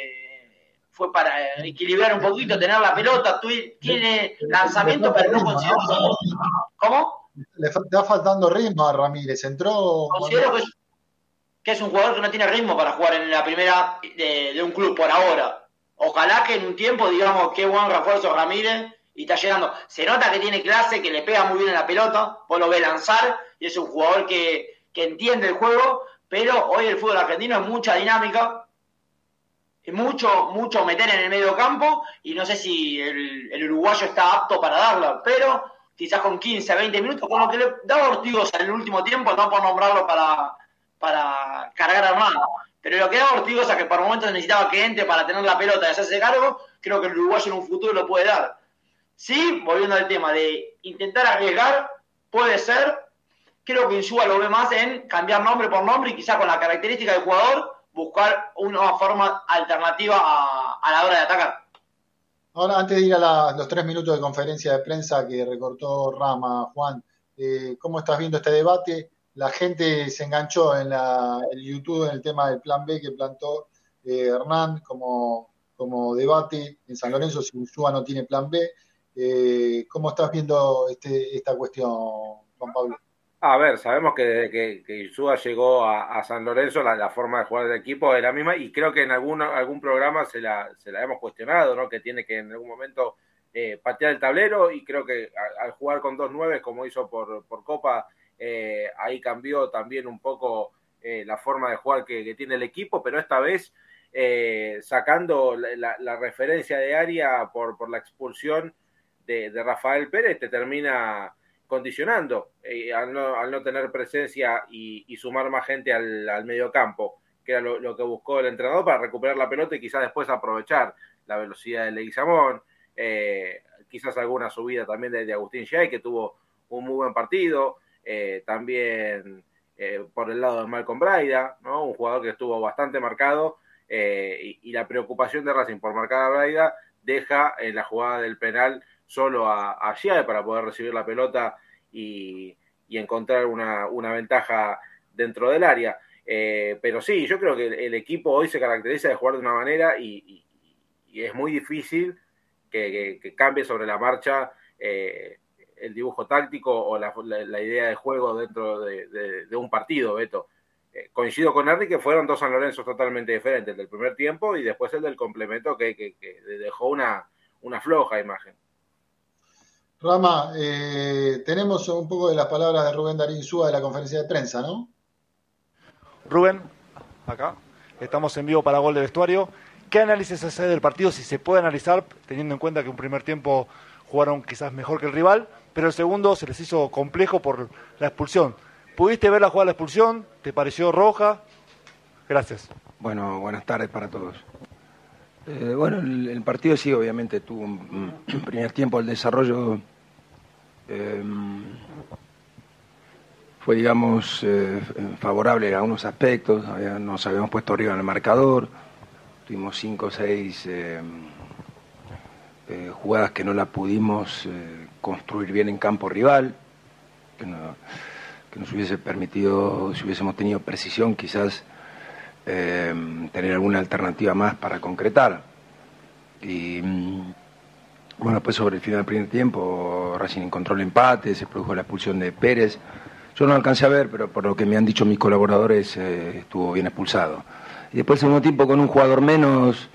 fue para equilibrar un poquito, tener la pelota, tiene lanzamiento, pero no considero... ¿Cómo? Le está faltando ritmo a Ramírez, entró... Considero que es un jugador que no tiene ritmo para jugar en la primera de un club por ahora. Ojalá que en un tiempo digamos qué buen refuerzo Ramírez y está llegando. Se nota que tiene clase, que le pega muy bien en la pelota, vos lo ves lanzar y es un jugador que entiende el juego, pero hoy el fútbol argentino es mucha dinámica, es mucho meter en el medio campo y no sé si el uruguayo está apto para darla, pero quizás con 15, 20 minutos, con lo que le daba Ortigosa en el último tiempo, no por nombrarlo para cargar armado. Pero lo que da Ortigosa, que por momentos necesitaba que entre para tener la pelota y hacerse cargo, creo que el uruguayo en un futuro lo puede dar. Sí, volviendo al tema de intentar arriesgar, puede ser. Creo que Insúa lo ve más en cambiar nombre por nombre y quizás con la característica del jugador buscar una forma alternativa a la hora de atacar. Ahora, antes de ir a los 3 minutos de conferencia de prensa que recortó Rama, Juan, ¿cómo estás viendo este debate? La gente se enganchó en el YouTube en el tema del plan B que plantó Hernán como debate en San Lorenzo si Insúa no tiene plan B. ¿Cómo estás viendo esta cuestión, Juan Pablo? A ver, sabemos que desde que Insúa llegó a San Lorenzo la forma de jugar del equipo es la misma y creo que en algún programa se la hemos cuestionado, ¿no? Que tiene que en algún momento patear el tablero y creo que al jugar con 2-9 como hizo por Copa, ahí cambió también un poco la forma de jugar que tiene el equipo, pero esta vez sacando la referencia de área por la expulsión de Rafael Pérez te termina condicionando al no tener presencia y sumar más gente al mediocampo, que era lo que buscó el entrenador para recuperar la pelota y quizás después aprovechar la velocidad de Leguizamón, quizás alguna subida también de Agustín Giai, que tuvo un muy buen partido, también por el lado de Malcolm Braida, ¿no? Un jugador que estuvo bastante marcado, y la preocupación de Racing por marcar a Braida deja en la jugada del penal solo a Giai para poder recibir la pelota y encontrar una ventaja dentro del área. Pero sí, yo creo que el equipo hoy se caracteriza de jugar de una manera y es muy difícil que cambie sobre la marcha el dibujo táctico o la idea de juego dentro de un partido, Beto. Coincido con Henry que fueron dos San Lorenzo totalmente diferentes, el del primer tiempo y después el del complemento que dejó una floja imagen. Rama, tenemos un poco de las palabras de Rubén Darín Insúa de la conferencia de prensa, ¿no? Rubén, acá, estamos en vivo para Gol de Vestuario. ¿Qué análisis hace del partido, si se puede analizar, teniendo en cuenta que un primer tiempo jugaron quizás mejor que el rival, pero el segundo se les hizo complejo por la expulsión? ¿Pudiste ver la jugada de la expulsión? ¿Te pareció roja? Gracias. Bueno, buenas tardes para todos. Bueno, el partido sí, obviamente tuvo un primer tiempo, el desarrollo fue, digamos, favorable a algunos aspectos. Nos habíamos puesto arriba en el marcador, tuvimos 5 o 6 jugadas que no las pudimos construir bien en campo rival, que nos hubiese permitido, si hubiésemos tenido precisión, quizás tener alguna alternativa más para concretar. Y bueno, pues sobre el final del primer tiempo Racing encontró el empate, se produjo la expulsión de Pérez. Yo no lo alcancé a ver, pero por lo que me han dicho mis colaboradores estuvo bien expulsado. Y después el segundo tiempo con un jugador menos,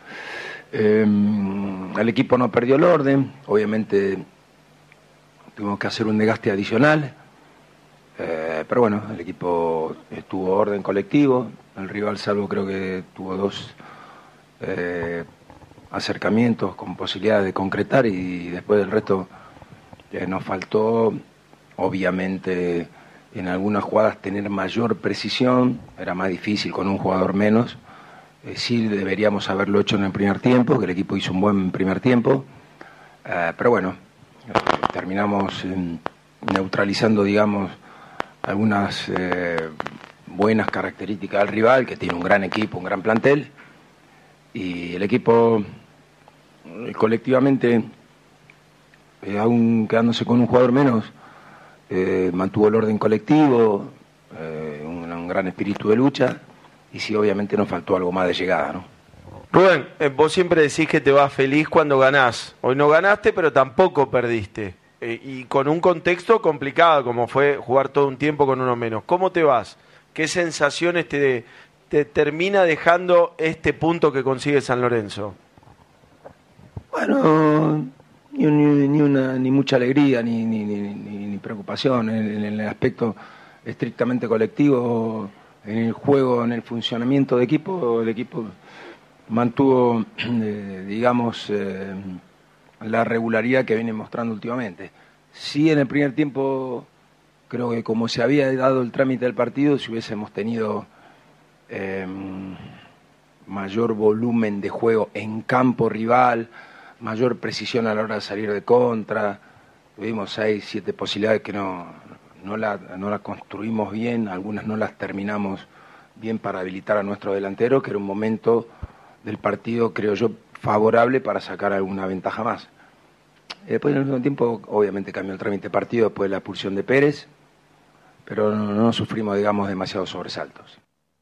el equipo no perdió el orden, obviamente tuvimos que hacer un desgaste adicional. Pero bueno, el equipo tuvo orden colectivo, el rival salvo creo que tuvo 2 acercamientos con posibilidad de concretar y después del resto nos faltó, obviamente, en algunas jugadas tener mayor precisión, era más difícil con un jugador menos, sí deberíamos haberlo hecho en el primer tiempo, que el equipo hizo un buen primer tiempo, pero bueno, terminamos neutralizando, digamos, algunas buenas características del rival, que tiene un gran equipo, un gran plantel, y el equipo colectivamente aún quedándose con un jugador menos, mantuvo el orden colectivo, un gran espíritu de lucha, y sí, obviamente nos faltó algo más de llegada, ¿no? Rubén, vos siempre decís que te vas feliz cuando ganás. Hoy no ganaste, pero tampoco perdiste. Y con un contexto complicado, como fue jugar todo un tiempo con uno menos. ¿Cómo te vas? ¿Qué sensaciones te termina dejando este punto que consigue San Lorenzo? Bueno, ni mucha alegría, ni preocupación. En el aspecto estrictamente colectivo, en el juego, en el funcionamiento de equipo, el equipo mantuvo, digamos, la regularidad que viene mostrando últimamente. Sí, en el primer tiempo, creo que como se había dado el trámite del partido, si hubiésemos tenido mayor volumen de juego en campo rival, mayor precisión a la hora de salir de contra, tuvimos 6, 7 posibilidades que no las construimos bien, algunas no las terminamos bien para habilitar a nuestro delantero, que era un momento del partido, creo yo, favorable para sacar alguna ventaja más. Después, en el último tiempo, obviamente cambió el trámite de partido después de la expulsión de Pérez, pero no sufrimos, digamos, demasiados sobresaltos.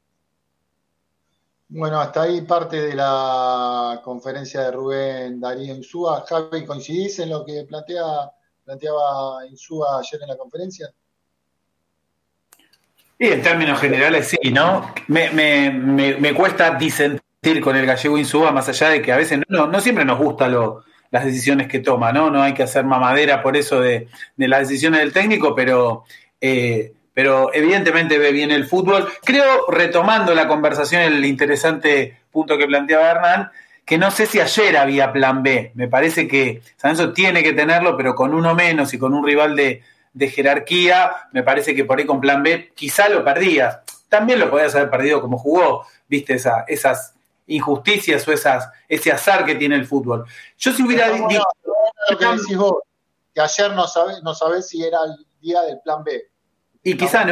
Bueno, hasta ahí parte de la conferencia de Rubén Darío Insúa. Javi, ¿coincidís en lo que planteaba Insúa ayer en la conferencia? Y en términos generales sí, ¿no? Me cuesta disentir con el gallego Insúa, más allá de que a veces no siempre nos gustan las decisiones que toma, ¿no? No hay que hacer mamadera por eso de las decisiones del técnico, pero evidentemente ve bien el fútbol. Creo, retomando la conversación, el interesante punto que planteaba Hernán, que no sé si ayer había plan B. Me parece que San Lorenzo tiene que tenerlo, pero con uno menos y con un rival de jerarquía, me parece que por ahí con plan B quizá lo perdías. También lo podías haber perdido como jugó, viste, esas injusticias o ese azar que tiene el fútbol. Yo si hubiera dicho... Lo que decís vos, que ayer no sabés si era el día del plan B. Y quizá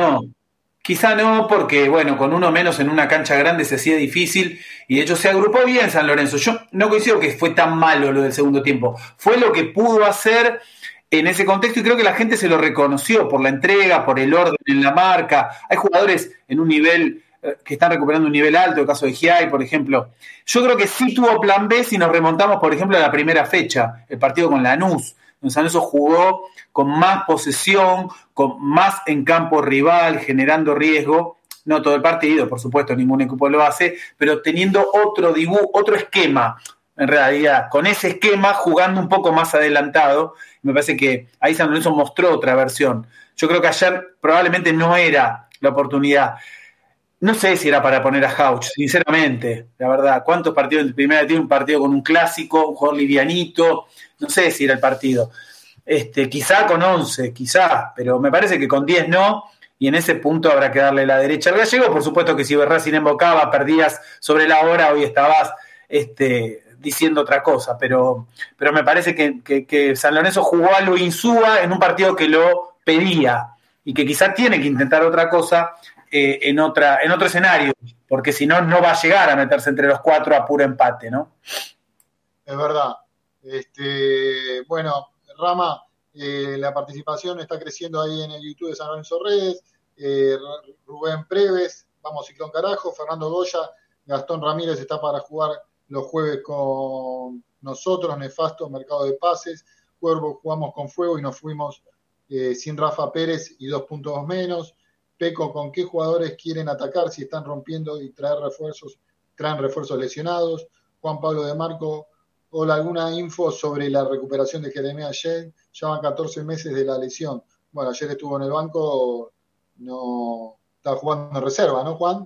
no, porque bueno, con uno menos en una cancha grande se hacía difícil, y de hecho se agrupó bien San Lorenzo. Yo no coincido que fue tan malo lo del segundo tiempo, fue lo que pudo hacer en ese contexto, y creo que la gente se lo reconoció por la entrega, por el orden en la marca. Hay jugadores en un nivel que están recuperando un nivel alto, el caso de Giai, por ejemplo. Yo creo que sí tuvo plan B si nos remontamos, por ejemplo, a la primera fecha, el partido con Lanús, donde San Lorenzo jugó con más posesión, con más en campo rival, generando riesgo. No todo el partido, por supuesto, ningún equipo lo hace, pero teniendo otro dibujo, otro esquema, en realidad, con ese esquema jugando un poco más adelantado. Me parece que ahí San Lorenzo mostró otra versión. Yo creo que ayer probablemente no era la oportunidad. No sé si era para poner a Hauch, sinceramente, la verdad. ¿Cuántos partidos en primera tiene un partido con un clásico, un jugador livianito? No sé si era el partido. Quizá con 11, quizá, pero me parece que con 10 no, y en ese punto habrá que darle la derecha al gallego. Por supuesto que si Racing embocaba, perdías sobre la hora, hoy estabas diciendo otra cosa, pero me parece que San Lorenzo jugó a lo Insúa en un partido que lo pedía, y que quizá tiene que intentar otra cosa en otro escenario, porque si no, no va a llegar a meterse entre los 4 a puro empate, ¿no? Es verdad. Bueno, Rama, la participación está creciendo ahí en el YouTube de San Lorenzo Redes. Rubén Preves, vamos Ciclón Carajo, Fernando Goya, Gastón Ramírez está para jugar los jueves con nosotros, Nefasto, Mercado de Pases, Cuervo, jugamos con fuego y nos fuimos sin Rafa Pérez y 2 puntos menos. Peco, ¿con qué jugadores quieren atacar si están rompiendo y traen refuerzos lesionados? Juan Pablo de Marco, hola, ¿alguna info sobre la recuperación de Jeremías Yen? Ya van 14 meses de la lesión. Bueno, ayer estuvo en el banco, no estaba jugando en reserva, ¿no, Juan?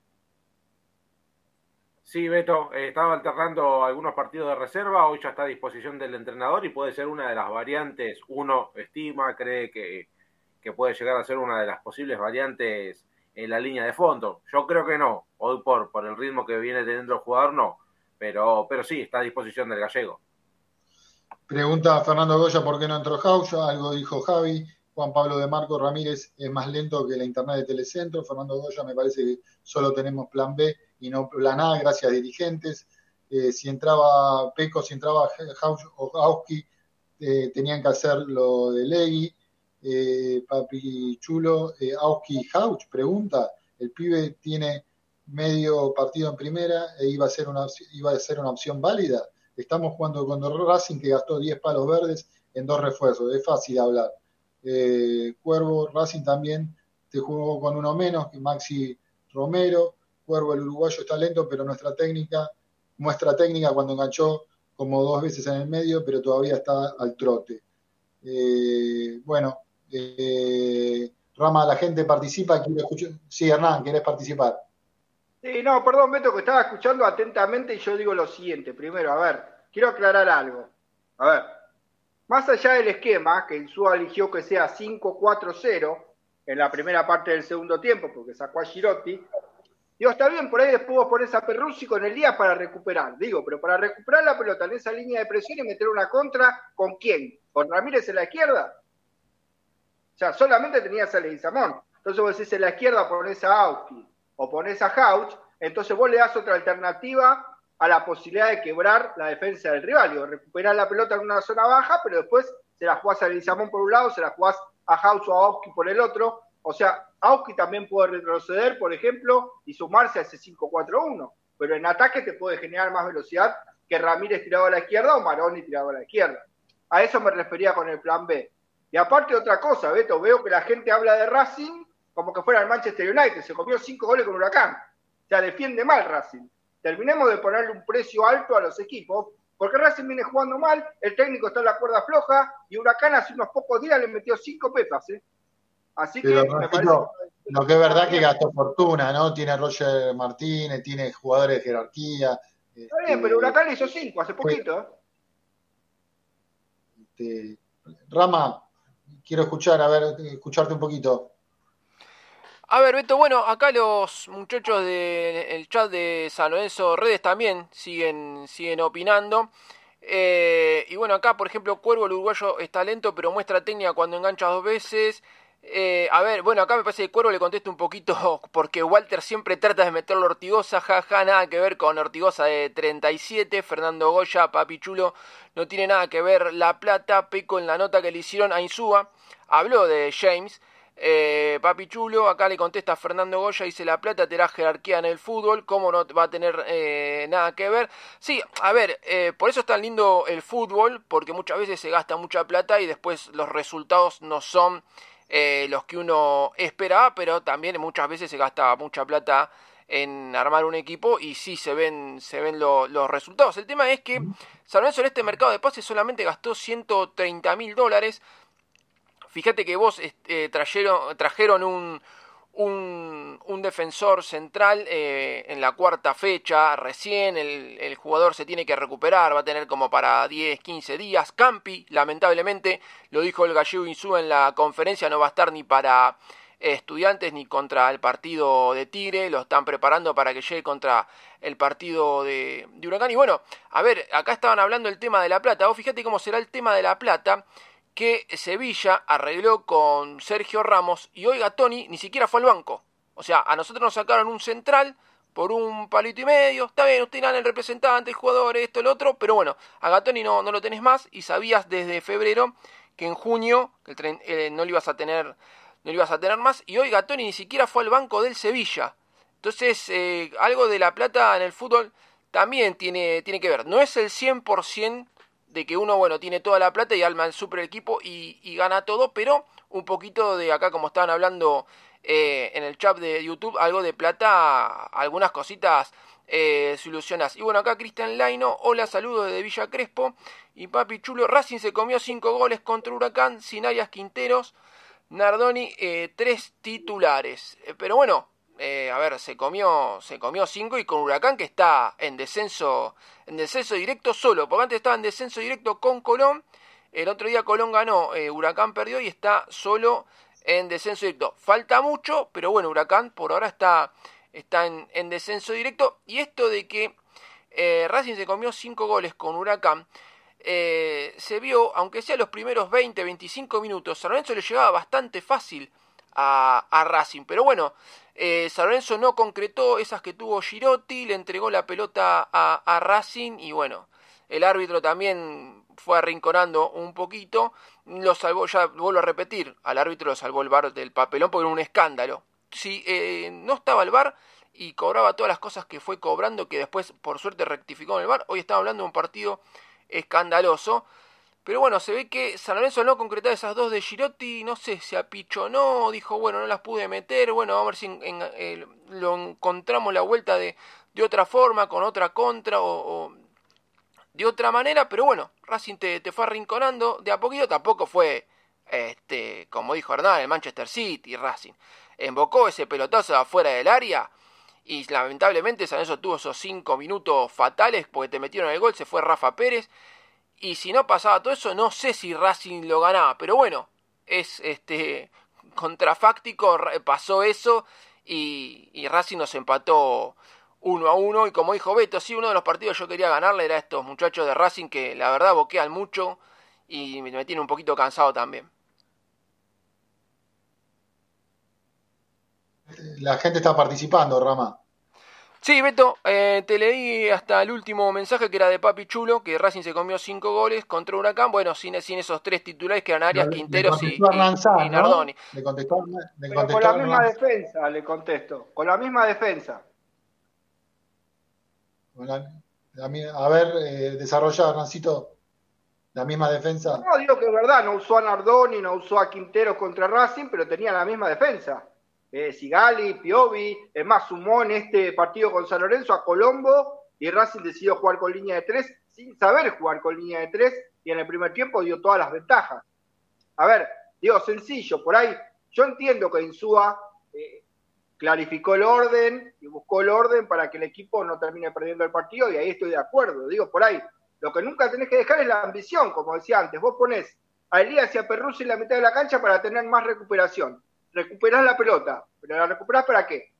Sí, Beto, estaba alternando algunos partidos de reserva, hoy ya está a disposición del entrenador y puede ser una de las variantes. Uno cree que puede llegar a ser una de las posibles variantes en la línea de fondo. Yo creo que no, hoy por el ritmo que viene teniendo el jugador no, pero sí, está a disposición del gallego. Pregunta a Fernando Goya por qué no entró Jauja, algo dijo Javi. Juan Pablo de Marco Ramírez es más lento que la internet de Telecentro. Fernando Goya, me parece que solo tenemos plan B y no plan A, gracias dirigentes. Si entraba Peco, si entraba Jauja o Gauski, tenían que hacer lo de Legui. Papi Chulo, Auski Hauch pregunta, el pibe tiene medio partido en primera e iba a ser una opción válida. Estamos jugando con Racing, que gastó 10 palos verdes en 2 refuerzos, es fácil hablar. Cuervo, Racing también te jugó con uno menos, que Maxi Romero. Cuervo, el uruguayo está lento, pero muestra técnica cuando enganchó como 2 veces en el medio, pero todavía está al trote. Rama, la gente participa, quiere escuchar. Sí, Hernán, ¿querés participar? Sí, no, perdón, Beto, que estaba escuchando atentamente y yo digo lo siguiente. Primero, a ver, quiero aclarar algo. A ver, más allá del esquema, que Insúa eligió que sea 5-4-0 en la primera parte del segundo tiempo, porque sacó a Girotti, digo, está bien, por ahí después vos ponés a Perruzzi con el día para recuperar, pero para recuperar la pelota en esa línea de presión y meter una contra, ¿con quién? ¿Con Ramírez en la izquierda? O sea, solamente tenías a Leguizamón. Entonces vos decís, en la izquierda ponés a Auski o ponés a Hauch, entonces vos le das otra alternativa a la posibilidad de quebrar la defensa del rival. Digo, recuperar la pelota en una zona baja, pero después se la jugás a Leguizamón por un lado, se la jugás a Hauch o a Auski por el otro. O sea, Auski también puede retroceder, por ejemplo, y sumarse a ese 5-4-1. Pero en ataque te puede generar más velocidad que Ramírez tirado a la izquierda o Maroni tirado a la izquierda. A eso me refería con el plan B. Y aparte otra cosa, Beto, veo que la gente habla de Racing como que fuera el Manchester United, se comió 5 goles con Huracán. O sea, defiende mal Racing. Terminemos de ponerle un precio alto a los equipos, porque Racing viene jugando mal, el técnico está en la cuerda floja, y Huracán hace unos pocos días le metió 5 pepas, ¿eh? Así que me parece... Lo que es verdad que gastó fortuna, ¿no? Tiene a Roger Martínez, tiene jugadores de jerarquía. Está bien, pero Huracán le hizo 5 hace poquito. Rama, quiero escucharte un poquito. A ver, Beto, bueno, acá los muchachos del chat de San Lorenzo Redes también siguen opinando. Y bueno, acá, por ejemplo, Cuervo, el uruguayo, está lento, pero muestra técnica cuando engancha 2 veces. A ver, bueno, acá me parece que Cuervo le contesta un poquito, porque Walter siempre trata de meterlo a Ortigoza, jaja, nada que ver con Ortigoza de 37, Fernando Goya, Papi Chulo, no tiene nada que ver La Plata, Peco en la nota que le hicieron a Insúa, habló de James, Papi Chulo, acá le contesta Fernando Goya, dice La Plata te da jerarquía en el fútbol, ¿cómo no va a tener nada que ver? Sí, a ver, por eso es tan lindo el fútbol, porque muchas veces se gasta mucha plata y después los resultados no son los que uno esperaba, pero también muchas veces se gasta mucha plata en armar un equipo y sí se ven los resultados. El tema es que San Lorenzo en este mercado de pases solamente gastó $130.000. Fíjate que vos trajeron un defensor central en la 4ª fecha, recién el jugador se tiene que recuperar, va a tener como para 10-15 días. Campi, lamentablemente, lo dijo el gallego Insúa en la conferencia, no va a estar ni para Estudiantes ni contra el partido de Tigre, lo están preparando para que llegue contra el partido de Huracán. Y bueno, a ver, acá estaban hablando del tema de La Plata, vos fíjate cómo será el tema de La Plata, que Sevilla arregló con Sergio Ramos y hoy Gattoni ni siquiera fue al banco. O sea, a nosotros nos sacaron un central por un palito y medio. Está bien, usted era el representante, el jugador, esto, el otro, pero bueno, a Gattoni no lo tenés más y sabías desde febrero que en junio no lo ibas a tener más y hoy Gattoni ni siquiera fue al banco del Sevilla. Entonces, algo de La Plata en el fútbol también tiene que ver. No es el 100% de que uno, bueno, tiene toda la plata y arma el super equipo y gana todo, pero un poquito de acá, como estaban hablando en el chat de YouTube, algo de plata, algunas cositas solucionás. Y bueno, acá Cristian Laino, hola, saludos desde Villa Crespo, y Papi Chulo, Racing se comió 5 goles contra Huracán, sin Arias Quinteros, Nardoni 3 titulares, pero bueno, a ver, se comió 5 y con Huracán que está en descenso directo solo, porque antes estaba en descenso directo con Colón, el otro día Colón ganó, Huracán perdió y está solo en descenso directo. Falta mucho, pero bueno, Huracán por ahora está en descenso directo. Y esto de que Racing se comió 5 goles con Huracán, se vio, aunque sea los primeros 20-25 minutos, San Lorenzo le llegaba bastante fácil a Racing, pero bueno, San Lorenzo no concretó esas que tuvo Girotti, le entregó la pelota a Racing y bueno, el árbitro también fue arrinconando un poquito, lo salvó, ya vuelvo a repetir, al árbitro lo salvó el VAR del papelón porque era un escándalo. Si no estaba el VAR y cobraba todas las cosas que fue cobrando, que después por suerte rectificó en el VAR, hoy estamos hablando de un partido escandaloso. Pero bueno, se ve que San Lorenzo no concretaba esas dos de Girotti, no sé, se apichonó, dijo, bueno, no las pude meter, bueno, vamos a ver si lo encontramos la vuelta de otra forma, con otra contra o de otra manera, pero bueno, Racing te fue arrinconando de a poquito, tampoco fue, como dijo Hernán, el Manchester City, Racing. Embocó ese pelotazo afuera del área y lamentablemente San Lorenzo tuvo esos 5 minutos fatales porque te metieron el gol, se fue Rafa Pérez. Y si no pasaba todo eso, no sé si Racing lo ganaba. Pero bueno, es contrafáctico, pasó eso y Racing nos empató 1-1. Y como dijo Beto, sí, uno de los partidos yo quería ganarle era a estos muchachos de Racing que la verdad boquean mucho y me tiene un poquito cansado también. La gente está participando, Rama. Sí, Beto, te leí hasta el último mensaje que era de Papi Chulo, que Racing se comió 5 goles contra Huracán, bueno, sin esos 3 titulares que eran Arias, Quinteros y Nardoni. ¿No? Le contestó con la misma defensa, le contesto, con la misma defensa. A ver, desarrolla, Hernancito, la misma defensa. No, digo que es verdad, no usó a Nardoni, no usó a Quinteros contra Racing, pero tenía la misma defensa. Sigali, Piovi, es más, sumó en este partido con San Lorenzo a Colombo y Racing decidió jugar con línea de 3 sin saber jugar con línea de 3 y en el primer tiempo dio todas las ventajas. A ver, digo, sencillo, por ahí yo entiendo que Insúa clarificó el orden y buscó el orden para que el equipo no termine perdiendo el partido y ahí estoy de acuerdo. Digo, por ahí, lo que nunca tenés que dejar es la ambición, como decía antes. Vos ponés a Elías y a Perruzzi en la mitad de la cancha para tener más recuperación. Recuperás la pelota, pero ¿la recuperás para qué?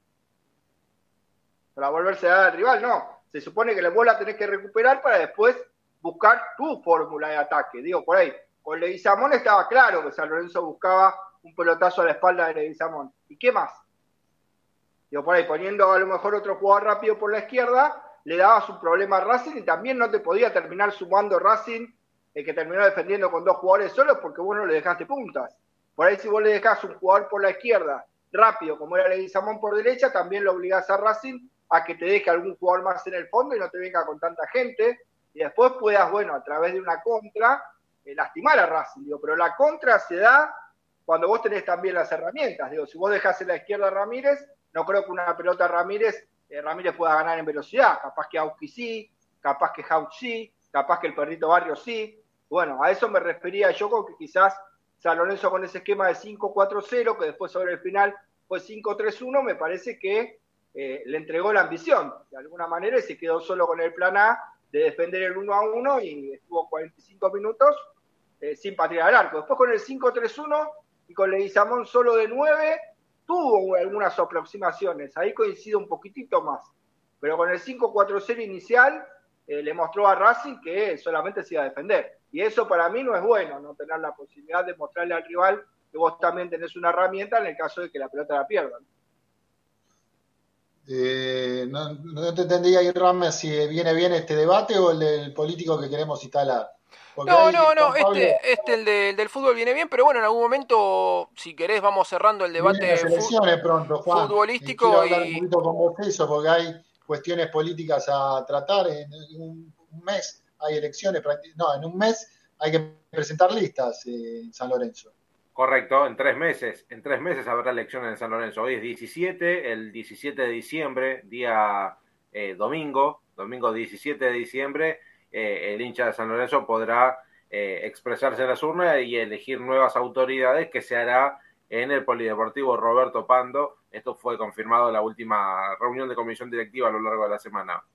¿Para volverse a dar al rival? No, se supone que vos la tenés que recuperar para después buscar tu fórmula de ataque. Digo, por ahí, con Leguizamón estaba claro que San Lorenzo buscaba un pelotazo a la espalda de Leguizamón. ¿Y qué más? Digo, por ahí, poniendo a lo mejor otro jugador rápido por la izquierda, le dabas un problema a Racing y también no te podía terminar sumando Racing, el que terminó defendiendo con 2 jugadores solos porque vos no le dejaste puntas. Por ahí si vos le dejás un jugador por la izquierda rápido, como era Leguizamón por derecha, también lo obligás a Racing a que te deje algún jugador más en el fondo y no te venga con tanta gente, y después puedas, bueno, a través de una contra, lastimar a Racing. Digo, pero la contra se da cuando vos tenés también las herramientas. Digo, si vos dejás en la izquierda a Ramírez, no creo que una pelota a Ramírez pueda ganar en velocidad. Capaz que Auski sí, capaz que Hauch sí, capaz que el Perrito Barrio sí. Bueno, a eso me refería yo con que quizás San Lorenzo con ese esquema de 5-4-0, que después sobre el final fue 5-3-1, me parece que le entregó la ambición, de alguna manera, y se quedó solo con el plan A de defender el 1-1 y estuvo 45 minutos sin patear al arco. Después con el 5-3-1 y con Leguizamón solo de 9, tuvo algunas aproximaciones, ahí coincido un poquitito más, pero con el 5-4-0 inicial le mostró a Racing que solamente se iba a defender. Y eso para mí no es bueno, no tener la posibilidad de mostrarle al rival que vos también tenés una herramienta en el caso de que la pelota la pierdan. No te entendía ahí, Rama, si viene bien este debate o el del político que queremos instalar. Porque no, el del fútbol viene bien, pero bueno, en algún momento, si querés, vamos cerrando el debate pronto, Juan, futbolístico. Quiero hablar un poquito con vos de eso, porque hay cuestiones políticas a tratar. En un mes hay elecciones, en un mes hay que presentar listas en San Lorenzo. Correcto, en 3 meses. En 3 meses habrá elecciones en San Lorenzo. Hoy es 17, el 17 de diciembre, día domingo 17 de diciembre, el hincha de San Lorenzo podrá expresarse en las urnas y elegir nuevas autoridades, que se hará en el Polideportivo Roberto Pando. Esto fue confirmado en la última reunión de comisión directiva a lo largo de la semana.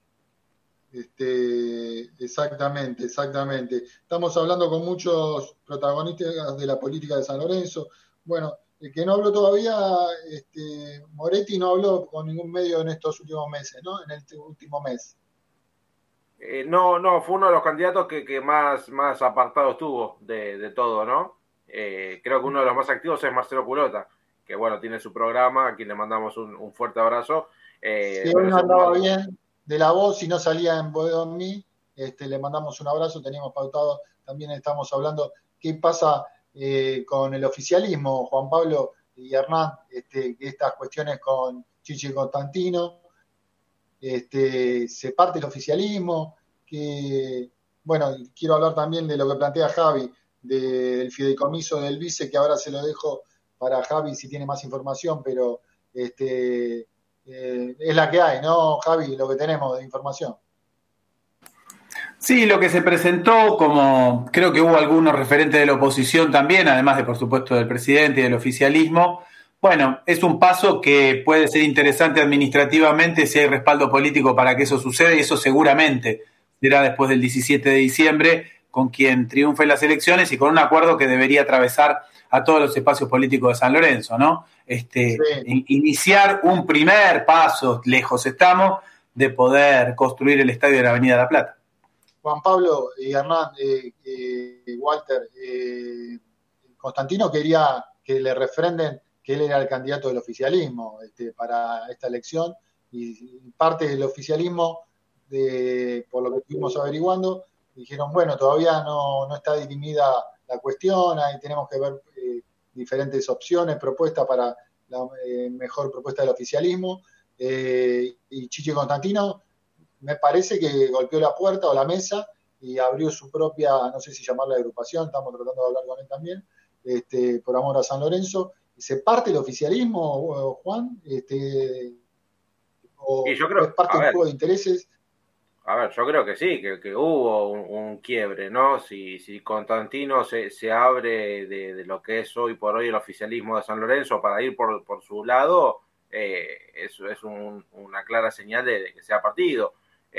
Exactamente. Estamos hablando con muchos protagonistas de la política de San Lorenzo. Bueno, el que no habló todavía, Moretti no habló con ningún medio en estos últimos meses, ¿no? En este último mes. No, fue uno de los candidatos que más apartado estuvo de todo, ¿no? Creo que uno de los más activos es Marcelo Culota, que bueno, tiene su programa, a quien le mandamos un fuerte abrazo. Si hoy no andaba bien de la voz y no salía en Boedo en mí, le mandamos un abrazo, teníamos pautado, también estamos hablando qué pasa con el oficialismo, Juan Pablo y Hernán, estas cuestiones con Chichi Constantino, se parte el oficialismo, bueno, quiero hablar también de lo que plantea Javi, del fideicomiso del vice, que ahora se lo dejo para Javi si tiene más información, pero es la que hay, ¿no, Javi? Lo que tenemos de información. Sí, lo que se presentó, como creo que hubo algunos referentes de la oposición también, además de, por supuesto, del presidente y del oficialismo, bueno, es un paso que puede ser interesante administrativamente si hay respaldo político para que eso suceda, y eso seguramente será después del 17 de diciembre, con quien triunfe en las elecciones y con un acuerdo que debería atravesar a todos los espacios políticos de San Lorenzo, ¿no? Sí. Iniciar un primer paso, lejos estamos, de poder construir el estadio de la Avenida La Plata. Juan Pablo y Hernán, Walter, Constantino quería que le refrenden que él era el candidato del oficialismo para esta elección, y parte del oficialismo, por lo que estuvimos averiguando, dijeron, bueno, todavía no está dirimida la cuestión, ahí tenemos que ver diferentes opciones, propuestas para la mejor propuesta del oficialismo, y Chichi Constantino me parece que golpeó la puerta o la mesa y abrió su propia, no sé si llamarla agrupación, estamos tratando de hablar con él también, por amor a San Lorenzo. ¿Se parte el oficialismo, Juan? ¿O y yo creo, es parte de un juego de intereses? A ver, yo creo que sí, que hubo un quiebre, ¿no? Si Constantino se abre de lo que es hoy por hoy el oficialismo de San Lorenzo para ir por su lado, eso es una clara señal de que se ha partido.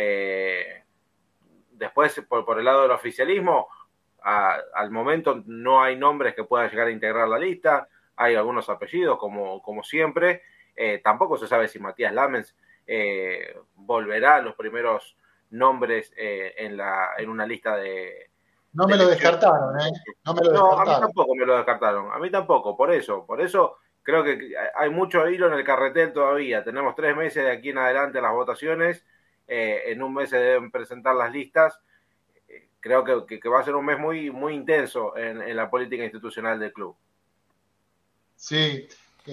Después, por el lado del oficialismo, al momento no hay nombres que puedan llegar a integrar la lista, hay algunos apellidos como siempre, tampoco se sabe si Matías Lamens volverá a los primeros nombres en una lista de... No me lo descartaron, No, a mí tampoco me lo descartaron, a mí tampoco, por eso creo que hay mucho hilo en el carretel todavía, tenemos 3 meses de aquí en adelante las votaciones, en un mes se deben presentar las listas, creo que va a ser un mes muy, muy intenso en la política institucional del club. Sí.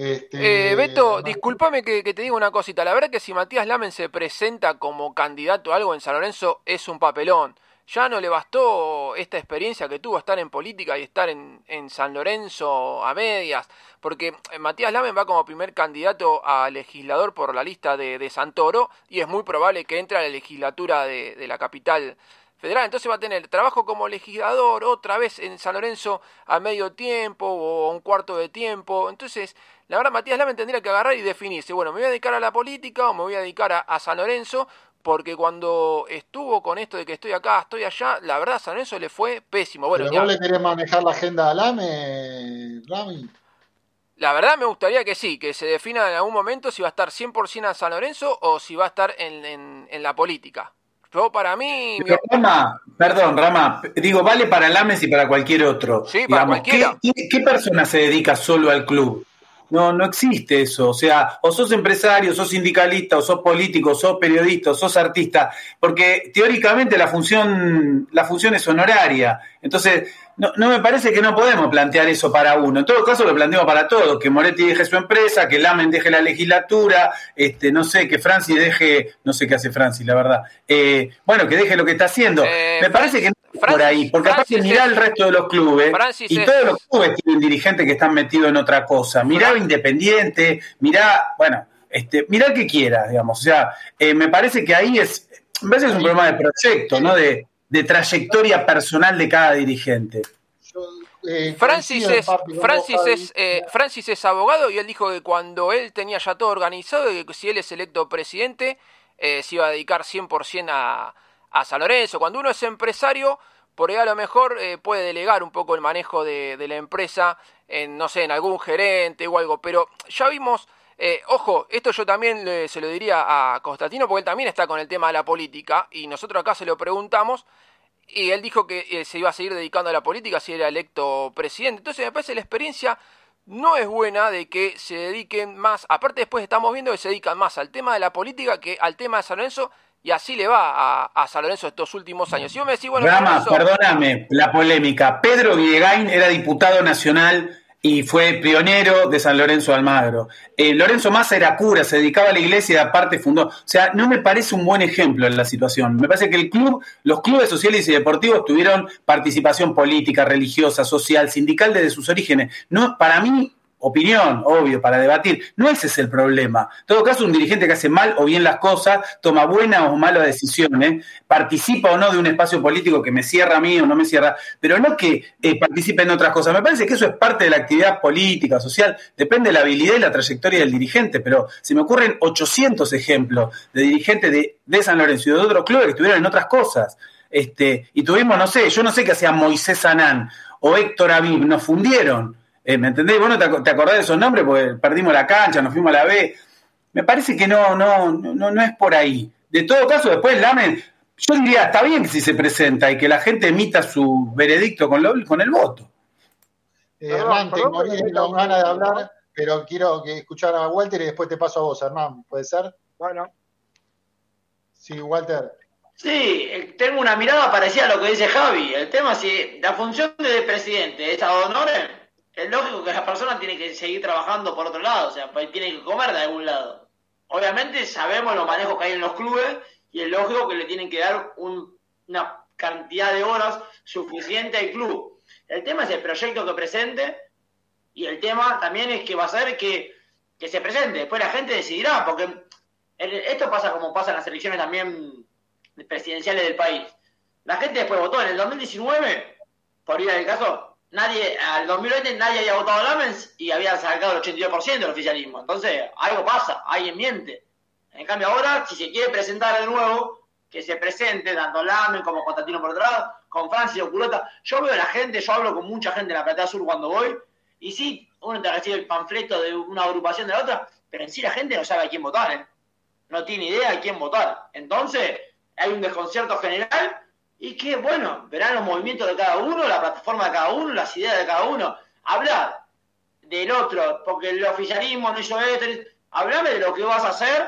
Beto, discúlpame que te diga una cosita. La verdad que si Matías Lamens se presenta como candidato a algo en San Lorenzo es un papelón. Ya no le bastó esta experiencia que tuvo estar en política y estar en San Lorenzo a medias, porque Matías Lamens va como primer candidato a legislador por la lista de Santoro y es muy probable que entre a la legislatura de la capital federal. Entonces va a tener trabajo como legislador otra vez en San Lorenzo a medio tiempo o un cuarto de tiempo. Entonces, la verdad, Matías Lamens tendría que agarrar y definirse, bueno, ¿me voy a dedicar a la política o me voy a dedicar a San Lorenzo? Porque cuando estuvo con esto de que estoy acá, estoy allá, la verdad a San Lorenzo le fue pésimo. Bueno, ¿pero vos le querés manejar la agenda a Lamens, Rami? La verdad me gustaría que sí, que se defina en algún momento si va a estar 100% a San Lorenzo o si va a estar en la política. Yo para mí... Rama, digo, vale para Lamens y para cualquier otro. Sí, para cualquiera. ¿Qué persona se dedica solo al club? No existe eso. O sea, o sos empresario, sos sindicalista, o sos político, sos periodista, o sos artista, porque teóricamente la función es honoraria. Entonces, no me parece que no podemos plantear eso para uno. En todo caso, lo planteamos para todos, que Moretti deje su empresa, que Lamens deje la legislatura, no sé, que Francis deje, no sé qué hace Francis, la verdad. Bueno, que deje lo que está haciendo. Me parece que no es por ahí, porque aparte mirá el resto de los clubes, y todos los clubes tienen dirigentes que están metidos en otra cosa. Mirá Independiente, mirá el que quieras, digamos. O sea, me parece que ahí es un problema de proyecto, ¿no? De trayectoria personal de cada dirigente. Francis es abogado y él dijo que cuando él tenía ya todo organizado y que si él es electo presidente se iba a dedicar 100% a San Lorenzo. Cuando uno es empresario, por ahí a lo mejor puede delegar un poco el manejo de la empresa en algún gerente o algo, pero ya vimos... ojo, esto yo también se lo diría a Constantino porque él también está con el tema de la política y nosotros acá se lo preguntamos y él dijo que se iba a seguir dedicando a la política si era electo presidente. Entonces me parece que la experiencia no es buena de que se dediquen más, aparte después estamos viendo que se dedican más al tema de la política que al tema de San Lorenzo, y así le va a San Lorenzo estos últimos años. Si vos me decís, bueno, Rama, Lorenzo, perdóname la polémica. Pedro Villegain era diputado nacional y fue pionero de San Lorenzo de Almagro. Lorenzo Massa era cura, se dedicaba a la iglesia y aparte fundó. O sea, no me parece un buen ejemplo en la situación. Me parece que los clubes sociales y deportivos tuvieron participación política, religiosa, social, sindical desde sus orígenes. No, para mí, opinión, obvio, para debatir, no ese es el problema. En todo caso, un dirigente que hace mal o bien las cosas, toma buenas o malas decisiones, participa o no de un espacio político que me cierra a mí o no me cierra, pero no que participe en otras cosas. Me parece que eso es parte de la actividad política, social, depende de la habilidad y la trayectoria del dirigente, pero se me ocurren 800 ejemplos de dirigentes de San Lorenzo y de otros clubes que estuvieron en otras cosas. Y tuvimos, no sé, yo no sé qué hacía Moisés Sanán o Héctor Aviv, nos fundieron. ¿Me entendés? Vos no te acordás de esos nombres porque perdimos la cancha, nos fuimos a la B. Me parece que no es por ahí. De todo caso, después Lamen, yo diría, está bien que si se presenta y que la gente emita su veredicto con el voto. Hernán, tengo ganas de hablar, pero quiero escuchar a Walter y después te paso a vos, Hernán. ¿Puede ser? Bueno. Sí, Walter. Sí, tengo una mirada parecida a lo que dice Javi. El tema es si la función de presidente es ad honorem. Es lógico que la persona tiene que seguir trabajando por otro lado, o sea, tiene que comer de algún lado. Obviamente sabemos los manejos que hay en los clubes y es lógico que le tienen que dar una cantidad de horas suficiente al club. El tema es el proyecto que presente y el tema también es que va a ser que se presente. Después la gente decidirá, porque esto pasa como pasa en las elecciones también presidenciales del país. La gente después votó en el 2019, por ir al caso, al 2020 nadie había votado a Lamens y había sacado el 82% del oficialismo. Entonces, algo pasa, alguien miente. En cambio ahora, si se quiere presentar de nuevo, que se presente tanto Lamens como Constantino por otro lado, con Francis o Culota. Yo veo a la gente, yo hablo con mucha gente en la Platea Sur cuando voy, y sí, uno te recibe el panfleto de una agrupación de la otra, pero en sí la gente no sabe a quién votar, no tiene idea a quién votar. Entonces, hay un desconcierto general. Y que, bueno, verán los movimientos de cada uno, la plataforma de cada uno, las ideas de cada uno. Hablar del otro, porque el oficialismo no hizo esto. Hablame de lo que vas a hacer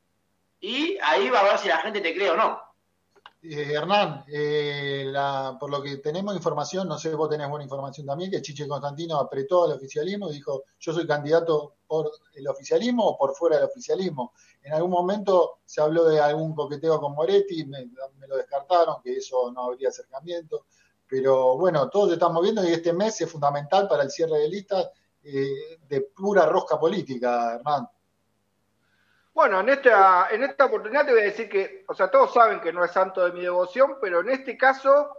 y ahí va a ver si la gente te cree o no. Hernán, por lo que tenemos información, no sé, vos tenés buena información también, que Chiche Constantino apretó al oficialismo y dijo, yo soy candidato por el oficialismo o por fuera del oficialismo. En algún momento se habló de algún coqueteo con Moretti, me lo descartaron, que eso no habría acercamiento, pero bueno, todos estamos viendo y este mes es fundamental para el cierre de listas de pura rosca política, Hernán. Bueno, en esta oportunidad te voy a decir que, o sea, todos saben que no es santo de mi devoción, pero en este caso,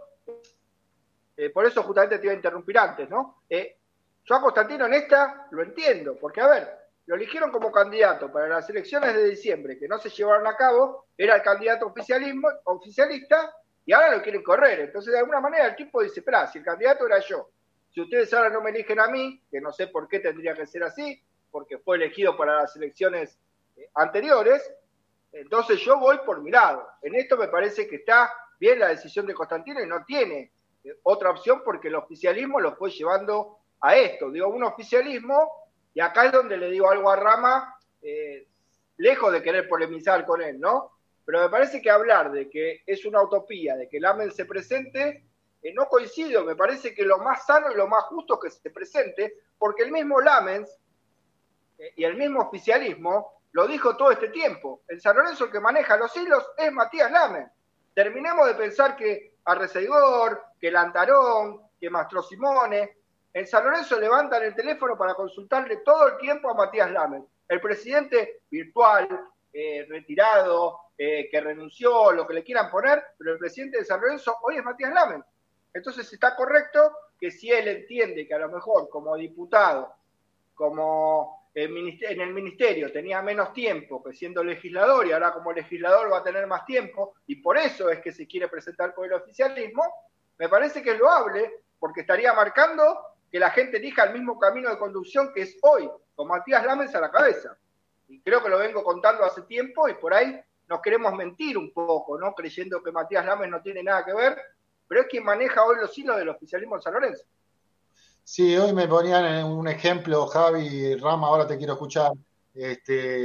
por eso justamente te iba a interrumpir antes, ¿no? Yo a Constantino en esta lo entiendo, porque a ver, lo eligieron como candidato para las elecciones de diciembre que no se llevaron a cabo, era el candidato oficialista y ahora lo quieren correr. Entonces, de alguna manera el tipo dice, espera, si el candidato era yo, si ustedes ahora no me eligen a mí, que no sé por qué tendría que ser así, porque fue elegido para las elecciones anteriores, entonces yo voy por mi lado. En esto me parece que está bien la decisión de Constantino y no tiene otra opción porque el oficialismo lo fue llevando a esto. Digo, un oficialismo, y acá es donde le digo algo a Rama, lejos de querer polemizar con él, ¿no? Pero me parece que hablar de que es una utopía, de que Lamens se presente, no coincido. Me parece que lo más sano y lo más justo es que se presente, porque el mismo Lamens y el mismo oficialismo lo dijo todo este tiempo. El San Lorenzo que maneja los hilos es Matías Lamens. Terminemos de pensar que Arreceigor, que Lantarón, que Mastro Simone, en San Lorenzo levantan el teléfono para consultarle todo el tiempo a Matías Lamens. El presidente virtual, retirado, que renunció, lo que le quieran poner, pero el presidente de San Lorenzo hoy es Matías Lamens. Entonces está correcto que si él entiende que a lo mejor como diputado, como en el ministerio tenía menos tiempo que siendo legislador y ahora como legislador va a tener más tiempo y por eso es que se quiere presentar por el oficialismo, me parece que es loable porque estaría marcando que la gente elija el mismo camino de conducción que es hoy, con Matías Lamens a la cabeza. Y creo que lo vengo contando hace tiempo y por ahí nos queremos mentir un poco, ¿no? Creyendo que Matías Lamens no tiene nada que ver, pero es quien maneja hoy los hilos del oficialismo en San Lorenzo. Sí, hoy me ponían un ejemplo, Javi, Rama, ahora te quiero escuchar, que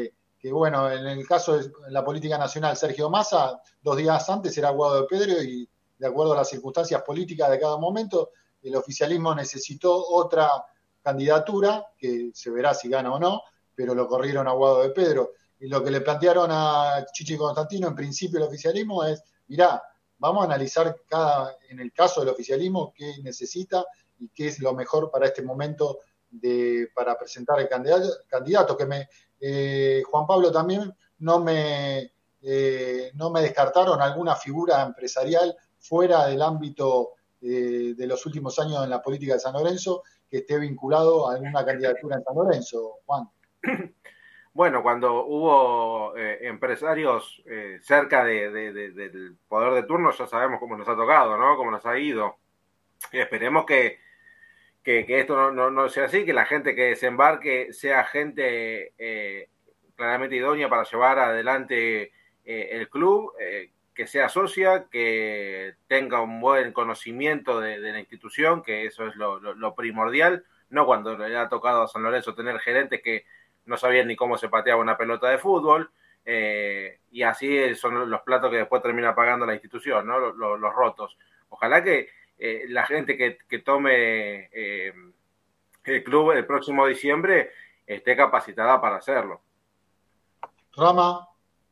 que bueno, en el caso de la política nacional, Sergio Massa, 2 días antes era Guado de Pedro y de acuerdo a las circunstancias políticas de cada momento, el oficialismo necesitó otra candidatura, que se verá si gana o no, pero lo corrieron a Guado de Pedro. Y lo que le plantearon a Chichi Constantino, en principio el oficialismo, es, mirá, vamos a analizar en el caso del oficialismo qué necesita y qué es lo mejor para este momento para presentar el candidato. Juan Pablo, también no me descartaron alguna figura empresarial fuera del ámbito de los últimos años en la política de San Lorenzo que esté vinculado a alguna candidatura en San Lorenzo, Juan. Bueno, cuando hubo empresarios cerca del poder de turno, ya sabemos cómo nos ha tocado, ¿no? Cómo nos ha ido. Y esperemos que esto no sea así, que la gente que desembarque sea gente claramente idónea para llevar adelante el club, que sea socia, que tenga un buen conocimiento de la institución, que eso es lo primordial, no cuando le ha tocado a San Lorenzo tener gerentes que no sabían ni cómo se pateaba una pelota de fútbol, y así son los platos que después termina pagando la institución, ¿no? Los rotos. Ojalá que la gente que tome el club el próximo diciembre esté capacitada para hacerlo. Rama.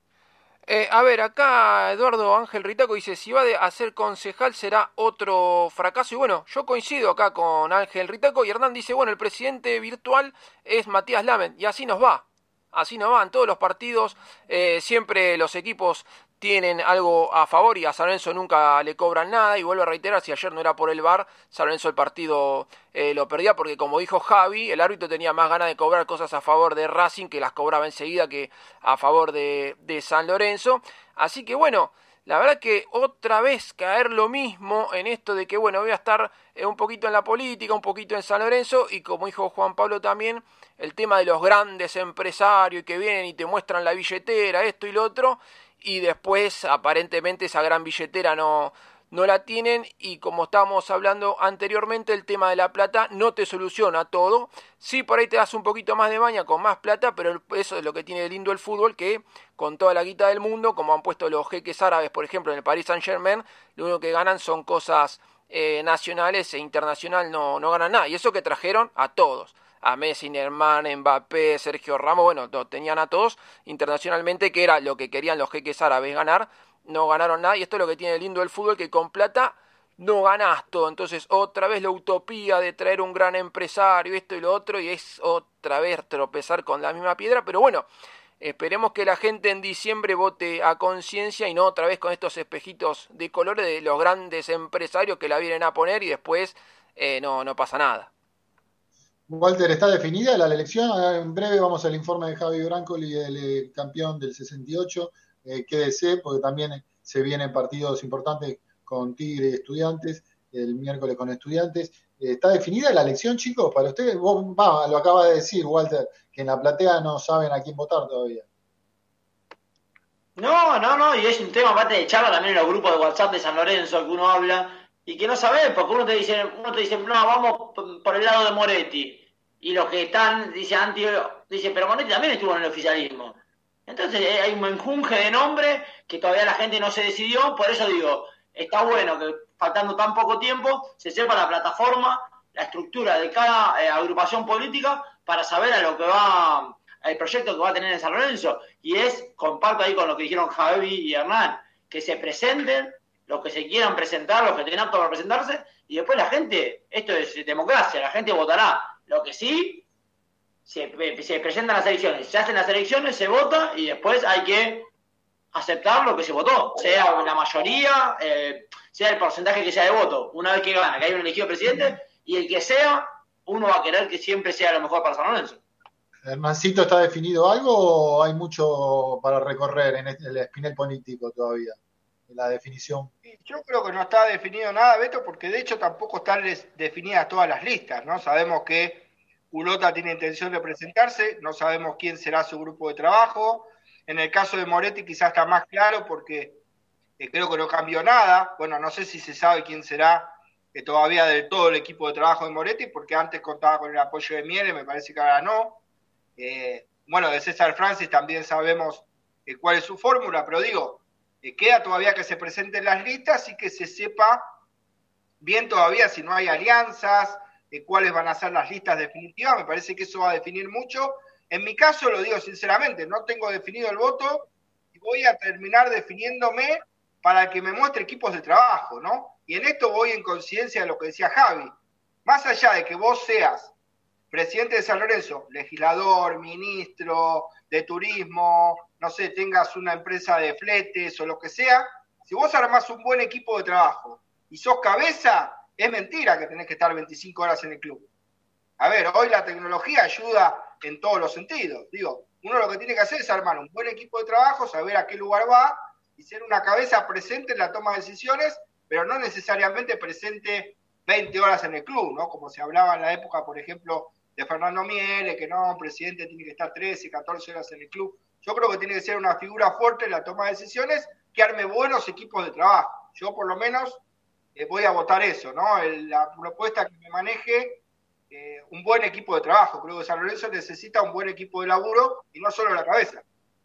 A ver, acá Eduardo Ángel Ritaco dice, si va a ser concejal será otro fracaso. Y bueno, yo coincido acá con Ángel Ritaco y Hernán dice, bueno, el presidente virtual es Matías Lamen y así nos va. Así nos va, en todos los partidos siempre los equipos tienen algo a favor y a San Lorenzo nunca le cobran nada. Y vuelvo a reiterar, si ayer no era por el VAR, San Lorenzo el partido lo perdía porque, como dijo Javi, el árbitro tenía más ganas de cobrar cosas a favor de Racing, que las cobraba enseguida, que a favor de San Lorenzo. Así que bueno, la verdad que otra vez caer lo mismo en esto de que bueno, voy a estar un poquito en la política, un poquito en San Lorenzo, y como dijo Juan Pablo también, el tema de los grandes empresarios que vienen y te muestran la billetera, esto y lo otro, y después aparentemente esa gran billetera no la tienen, y como estábamos hablando anteriormente, el tema de la plata no te soluciona todo. Sí, por ahí te das un poquito más de maña con más plata, pero eso es lo que tiene de lindo el fútbol, que con toda la guita del mundo, como han puesto los jeques árabes, por ejemplo, en el Paris Saint-Germain, lo único que ganan son cosas nacionales, e internacional no ganan nada, y eso que trajeron a todos. A Messi, Neymar, Mbappé, Sergio Ramos, bueno, tenían a todos internacionalmente, que era lo que querían los jeques árabes ganar, no ganaron nada, y esto es lo que tiene lindo el fútbol, que con plata no ganás todo. Entonces otra vez la utopía de traer un gran empresario, esto y lo otro, y es otra vez tropezar con la misma piedra, pero bueno, esperemos que la gente en diciembre vote a conciencia y no otra vez con estos espejitos de colores de los grandes empresarios que la vienen a poner y después no pasa nada. Walter, ¿está definida la elección? En breve vamos al informe de Javi Brancoli, el campeón del 68. Quédese, porque también se vienen partidos importantes con Tigre y Estudiantes, el miércoles con Estudiantes. ¿Está definida la elección, chicos? Para ustedes, lo acaba de decir Walter, que en la platea no saben a quién votar todavía. No, y es un tema aparte de charla también en los grupos de WhatsApp de San Lorenzo que uno habla y que no sabe, porque uno te dice, no, vamos por el lado de Moretti, y los que están, dice pero Moretti también estuvo en el oficialismo. Entonces hay un menjunje de nombres que todavía la gente no se decidió, por eso digo, está bueno que faltando tan poco tiempo se sepa la plataforma, la estructura de cada agrupación política para saber a lo que va, el proyecto que va a tener en San Lorenzo. Y comparto ahí con lo que dijeron Javi y Hernán, que se presenten los que se quieran presentar, los que tengan apto para presentarse, y después la gente, esto es democracia, la gente votará. Lo que sí, se presentan las elecciones, se hacen las elecciones, se vota y después hay que aceptar lo que se votó, sea la mayoría, sea el porcentaje que sea de voto, una vez que gana, que hay un elegido presidente, y el que sea, uno va a querer que siempre sea lo mejor para San Lorenzo. Hermancito, ¿está definido algo o hay mucho para recorrer en el espinel político todavía? La definición. Yo creo que no está definido nada, Beto, porque de hecho tampoco están definidas todas las listas, ¿no? Sabemos que Ulota tiene intención de presentarse, no sabemos quién será su grupo de trabajo. En el caso de Moretti quizás está más claro porque creo que no cambió nada. Bueno, no sé si se sabe quién será todavía del todo el equipo de trabajo de Moretti, porque antes contaba con el apoyo de Miele, me parece que ahora no. Bueno, de César Francis también sabemos cuál es su fórmula, pero digo, queda todavía que se presenten las listas y que se sepa bien todavía si no hay alianzas, cuáles van a ser las listas definitivas. Me parece que eso va a definir mucho. En mi caso, lo digo sinceramente, no tengo definido el voto y voy a terminar definiéndome para que me muestre equipos de trabajo, ¿no? Y en esto voy en coincidencia de lo que decía Javi. Más allá de que vos seas presidente de San Lorenzo, legislador, ministro de turismo, no sé, tengas una empresa de fletes o lo que sea, si vos armás un buen equipo de trabajo y sos cabeza, es mentira que tenés que estar 25 horas en el club. A ver, hoy la tecnología ayuda en todos los sentidos. Digo, uno lo que tiene que hacer es armar un buen equipo de trabajo, saber a qué lugar va y ser una cabeza presente en la toma de decisiones, pero no necesariamente presente 20 horas en el club, ¿no? Como se hablaba en la época, por ejemplo, de Fernando Miele, que no, un presidente tiene que estar 13, 14 horas en el club. Yo creo que tiene que ser una figura fuerte en la toma de decisiones que arme buenos equipos de trabajo. Yo por lo menos voy a votar eso, ¿no? La propuesta que me maneje un buen equipo de trabajo. Creo que San Lorenzo necesita un buen equipo de laburo y no solo la cabeza.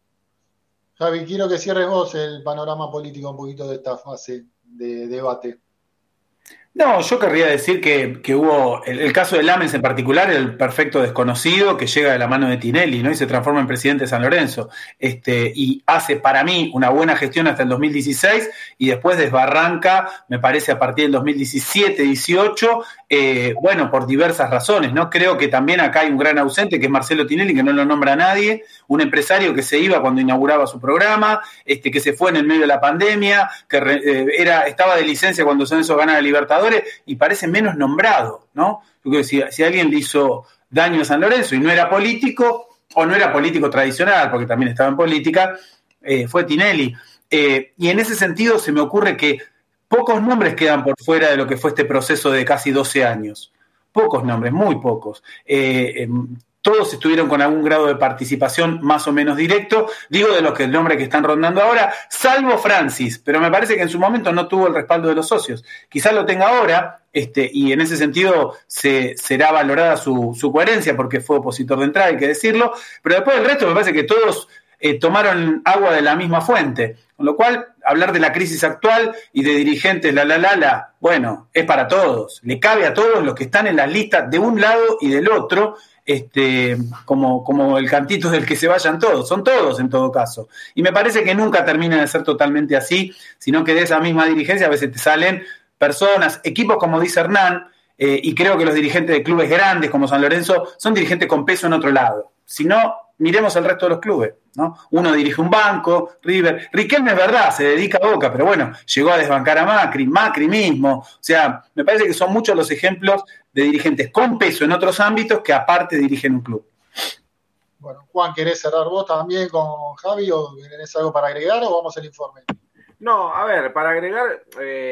Javi, quiero que cierres vos el panorama político un poquito de esta fase de debate. No, yo querría decir que hubo el caso de Lames en particular, el perfecto desconocido que llega de la mano de Tinelli, ¿no? Y se transforma en presidente de San Lorenzo, y hace para mí una buena gestión hasta el 2016 y después desbarranca, me parece, a partir del 2017-18, bueno, por diversas razones, ¿no? Creo que también acá hay un gran ausente que es Marcelo Tinelli, que no lo nombra nadie, un empresario que se iba cuando inauguraba su programa, que se fue en el medio de la pandemia, que estaba de licencia cuando San Lorenzo gana la Libertadores, y parece menos nombrado, ¿no? Yo creo que si alguien le hizo daño a San Lorenzo y no era político, o no era político tradicional, porque también estaba en política, fue Tinelli. Y en ese sentido se me ocurre que pocos nombres quedan por fuera de lo que fue este proceso de casi 12 años. Pocos nombres, muy pocos. Todos estuvieron con algún grado de participación más o menos directo, digo de los que el nombre que están rondando ahora, salvo Francis, pero me parece que en su momento no tuvo el respaldo de los socios. Quizás lo tenga ahora, y en ese sentido será valorada su coherencia, porque fue opositor de entrada, hay que decirlo, pero después del resto me parece que todos tomaron agua de la misma fuente, con lo cual hablar de la crisis actual y de dirigentes, bueno, es para todos, le cabe a todos los que están en las listas de un lado y del otro, como el cantito del que se vayan todos, son todos en todo caso. Y me parece que nunca termina de ser totalmente así, sino que de esa misma dirigencia a veces te salen personas, equipos como dice Hernán, y creo que los dirigentes de clubes grandes como San Lorenzo son dirigentes con peso en otro lado. Si no, miremos el resto de los clubes, ¿no? Uno dirige un banco, River. Riquelme es verdad, se dedica a Boca, pero bueno, llegó a desbancar a Macri mismo. O sea, me parece que son muchos los ejemplos de dirigentes con peso en otros ámbitos que aparte dirigen un club. Bueno, Juan, ¿querés cerrar vos también con Javi o tenés algo para agregar o vamos al informe? No, a ver, para agregar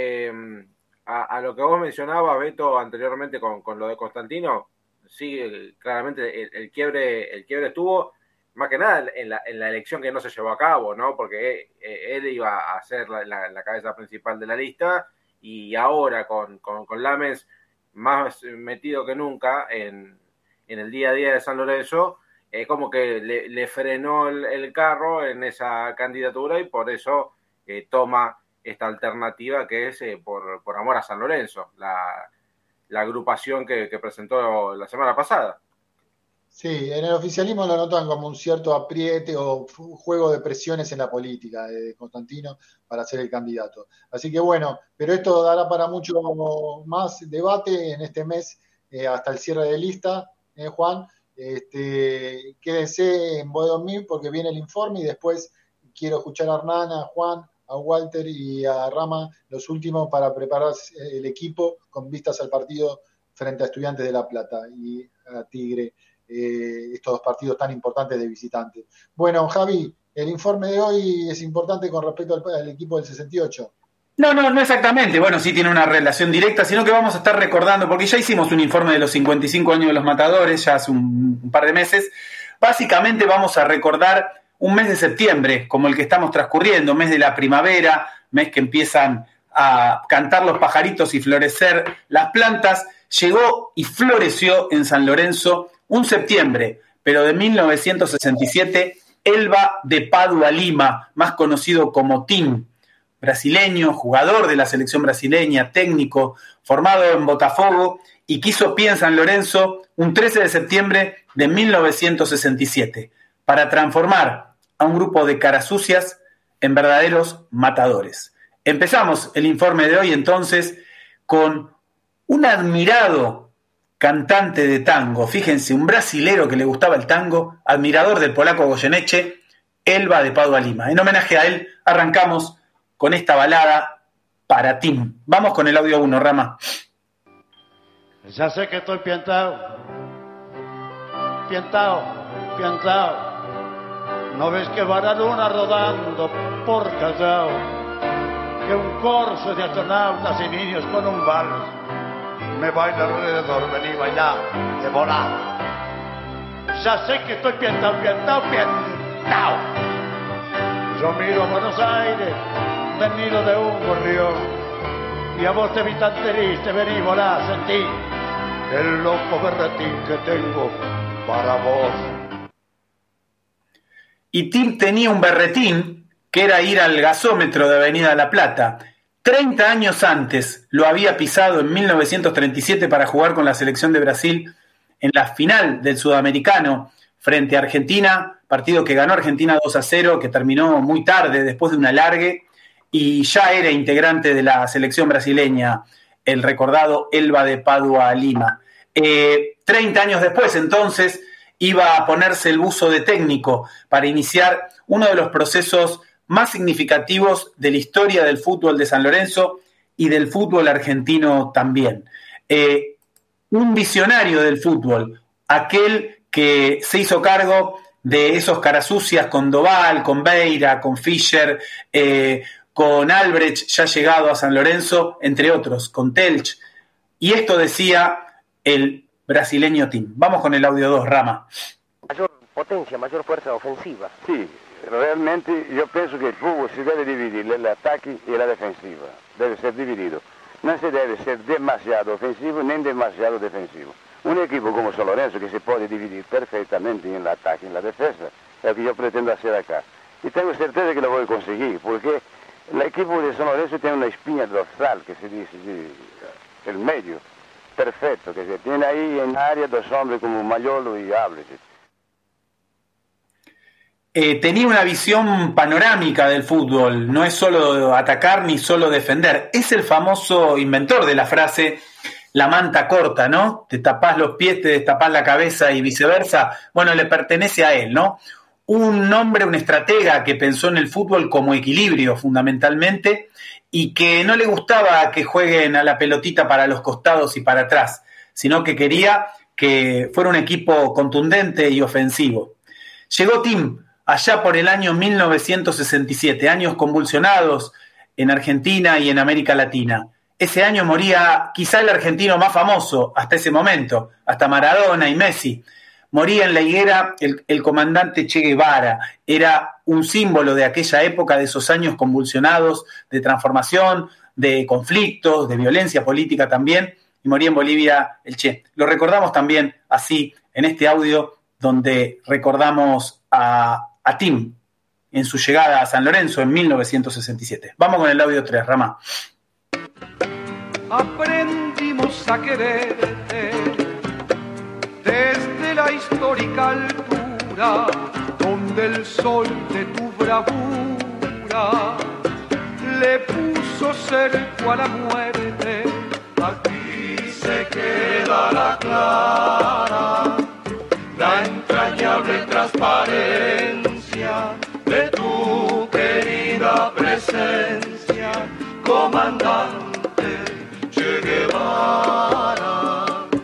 a lo que vos mencionabas, Beto, anteriormente con lo de Constantino, sí, claramente el quiebre estuvo, más que nada en la elección que no se llevó a cabo, ¿no? Porque él iba a ser la cabeza principal de la lista y ahora con Lames más metido que nunca en el día a día de San Lorenzo, como que le frenó el carro en esa candidatura y por eso toma esta alternativa que es por amor a San Lorenzo, la agrupación que presentó la semana pasada. Sí, en el oficialismo lo notan como un cierto apriete o juego de presiones en la política de Constantino para ser el candidato. Así que bueno, pero esto dará para mucho más debate en este mes hasta el cierre de lista, Juan. Quédense en Boedo en mí porque viene el informe y después quiero escuchar a Hernán, a Juan, a Walter y a Rama, los últimos para preparar el equipo con vistas al partido frente a Estudiantes de La Plata y a Tigre, estos dos partidos tan importantes de visitantes. Bueno, Javi, el informe de hoy es importante con respecto al equipo del 68. No exactamente. Bueno, sí tiene una relación directa, sino que vamos a estar recordando, porque ya hicimos un informe de los 55 años de los Matadores, ya hace un par de meses. Básicamente vamos a recordar un mes de septiembre, como el que estamos transcurriendo, mes de la primavera, mes que empiezan a cantar los pajaritos y florecer las plantas. Llegó y floreció en San Lorenzo un septiembre, pero de 1967, Elba de Padua Lima, más conocido como Tim, brasileño, jugador de la selección brasileña, técnico, formado en Botafogo y que hizo pie en San Lorenzo un 13 de septiembre de 1967, para transformar a un grupo de caras sucias en verdaderos matadores. Empezamos el informe de hoy entonces con un admirado cantante de tango, fíjense, un brasilero que le gustaba el tango, admirador del polaco Goyeneche, Elba de Padua Lima. En homenaje a él arrancamos con esta balada para Tim. Vamos con el audio 1, Rama. Ya sé que estoy piantao. ¿No ves que va la luna rodando por Callao? Que un corso de astronautas y niños con un vals me baila alrededor, vení bailar, de volar. Ya sé que estoy piantao. Yo miro a Buenos Aires, del nido de un gorrión, y a vos te vi tan triste, vení, volá, sentí el loco berretín que tengo para vos. Y Tim tenía un berretín que era ir al gasómetro de Avenida La Plata. 30 años antes lo había pisado en 1937 para jugar con la selección de Brasil en la final del Sudamericano frente a Argentina, partido que ganó Argentina 2-0, que terminó muy tarde, después de un alargue, y ya era integrante de la selección brasileña, el recordado Elba de Padua Lima. 30 años después, entonces, iba a ponerse el buzo de técnico para iniciar uno de los procesos más significativos de la historia del fútbol de San Lorenzo y del fútbol argentino también. Un visionario del fútbol, aquel que se hizo cargo de esos caras sucias con Doval, con Beira, con Fischer, con Albrecht, ya llegado a San Lorenzo, entre otros, con Telch. Y esto decía el brasileño Tim. Vamos con el audio 2, Rama. Mayor potencia, mayor fuerza ofensiva. Sí, realmente yo pienso que el fútbol se debe dividir el ataque y la defensiva. Debe ser dividido. No se debe ser demasiado ofensivo ni demasiado defensivo. Un equipo como San Lorenzo que se puede dividir perfectamente en el ataque y en la defensa es lo que yo pretendo hacer acá. Y tengo certeza que lo voy a conseguir, porque el equipo de San Lorenzo tiene una espina dorsal, que se dice, el medio, perfecto, que se tiene ahí en área dos hombres como Mayolo y Albrecht. Tenía una visión panorámica del fútbol, no es solo atacar ni solo defender. Es el famoso inventor de la frase la manta corta, ¿no? Te tapás los pies, te destapás la cabeza y viceversa. Bueno, le pertenece a él, ¿no? Un hombre, un estratega que pensó en el fútbol como equilibrio fundamentalmente y que no le gustaba que jueguen a la pelotita para los costados y para atrás, sino que quería que fuera un equipo contundente y ofensivo. Llegó Tim allá por el año 1967, años convulsionados en Argentina y en América Latina. Ese año moría quizá el argentino más famoso hasta ese momento, hasta Maradona y Messi. Moría en la higuera el comandante Che Guevara. Era un símbolo de aquella época, de esos años convulsionados, de transformación, de conflictos, de violencia política también. Y moría en Bolivia el Che. Lo recordamos también así en este audio donde recordamos a Tim en su llegada a San Lorenzo en 1967. Vamos con el audio 3, Rama. Aprendimos a quererte desde la histórica altura, donde el sol de tu bravura le puso cerco a la muerte. Aquí se queda la clara, la entrañable transparencia de tu querida presencia, comandante Che Guevara.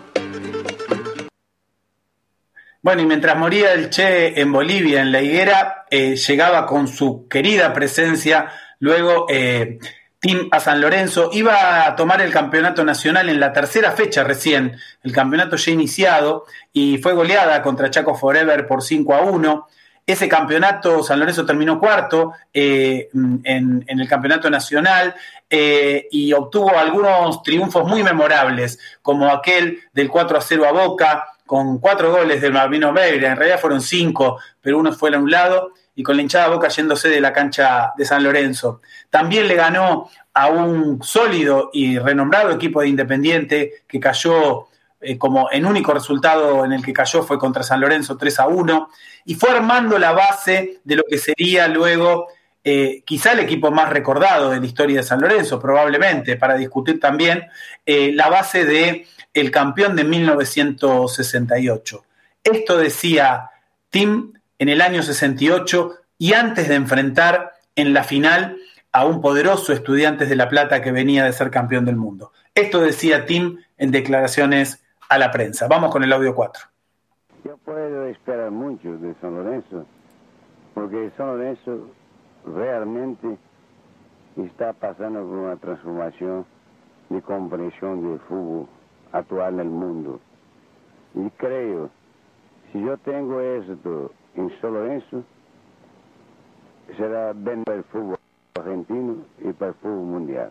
Bueno, y mientras moría el Che en Bolivia, en la higuera, llegaba con su querida presencia, luego Tim a San Lorenzo, iba a tomar el campeonato nacional en la tercera fecha recién, el campeonato ya iniciado, y fue goleada contra Chaco Forever por 5-1. Ese campeonato, San Lorenzo terminó cuarto en el campeonato nacional y obtuvo algunos triunfos muy memorables, como aquel del 4-0 a Boca, con 4 goles del Malvino Meira, en realidad fueron 5, pero uno fue anulado, y con la hinchada Boca yéndose de la cancha de San Lorenzo. También le ganó a un sólido y renombrado equipo de Independiente que cayó, como en único resultado en el que cayó fue contra San Lorenzo 3-1, y fue armando la base de lo que sería luego quizá el equipo más recordado de la historia de San Lorenzo, probablemente, para discutir también la base del campeón de 1968. Esto decía Tim en el año 68 y antes de enfrentar en la final a un poderoso Estudiantes de La Plata que venía de ser campeón del mundo. Esto decía Tim en declaraciones a la prensa. Vamos con el audio 4. Yo puedo esperar mucho de San Lorenzo, porque San Lorenzo realmente está pasando por una transformación de comprensión del fútbol actual en el mundo. Y creo, si yo tengo éxito en San Lorenzo, será bien para el fútbol argentino y para el fútbol mundial.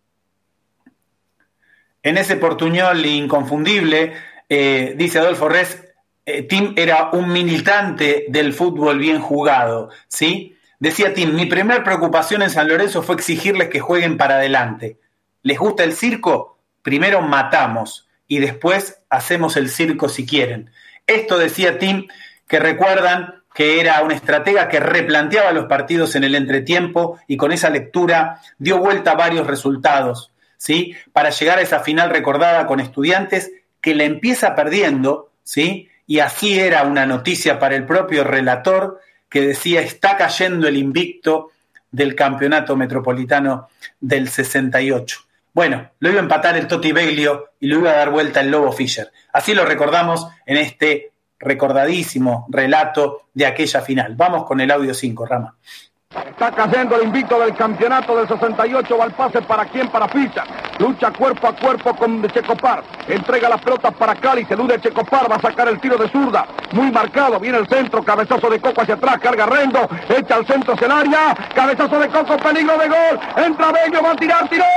En ese portuñol inconfundible, dice Adolfo Res, Tim era un militante del fútbol bien jugado, ¿sí? Decía Tim, mi primera preocupación en San Lorenzo fue exigirles que jueguen para adelante. ¿Les gusta el circo? Primero matamos y después hacemos el circo si quieren. Esto decía Tim, que recuerdan que era un estratega que replanteaba los partidos en el entretiempo y con esa lectura dio vuelta a varios resultados, ¿sí? Para llegar a esa final recordada con Estudiantes que la empieza perdiendo, ¿sí? Y así era una noticia para el propio relator que decía, está cayendo el invicto del campeonato metropolitano del 68. Bueno, lo iba a empatar el Toti Beglio y lo iba a dar vuelta el Lobo Fischer. Así lo recordamos en este recordadísimo relato de aquella final. Vamos con el audio 5, Rama. Está cayendo el invicto del campeonato del 68, va el pase para quién, para Fischer. Lucha cuerpo a cuerpo con Checopar. Entrega las pelotas para Cali, se elude Checopar, va a sacar el tiro de zurda. Muy marcado, viene el centro, cabezazo de Coco hacia atrás, carga Rendo, echa al centro hacia el área, cabezazo de Coco, peligro de gol. Entra Bello, va a tirar, tiró.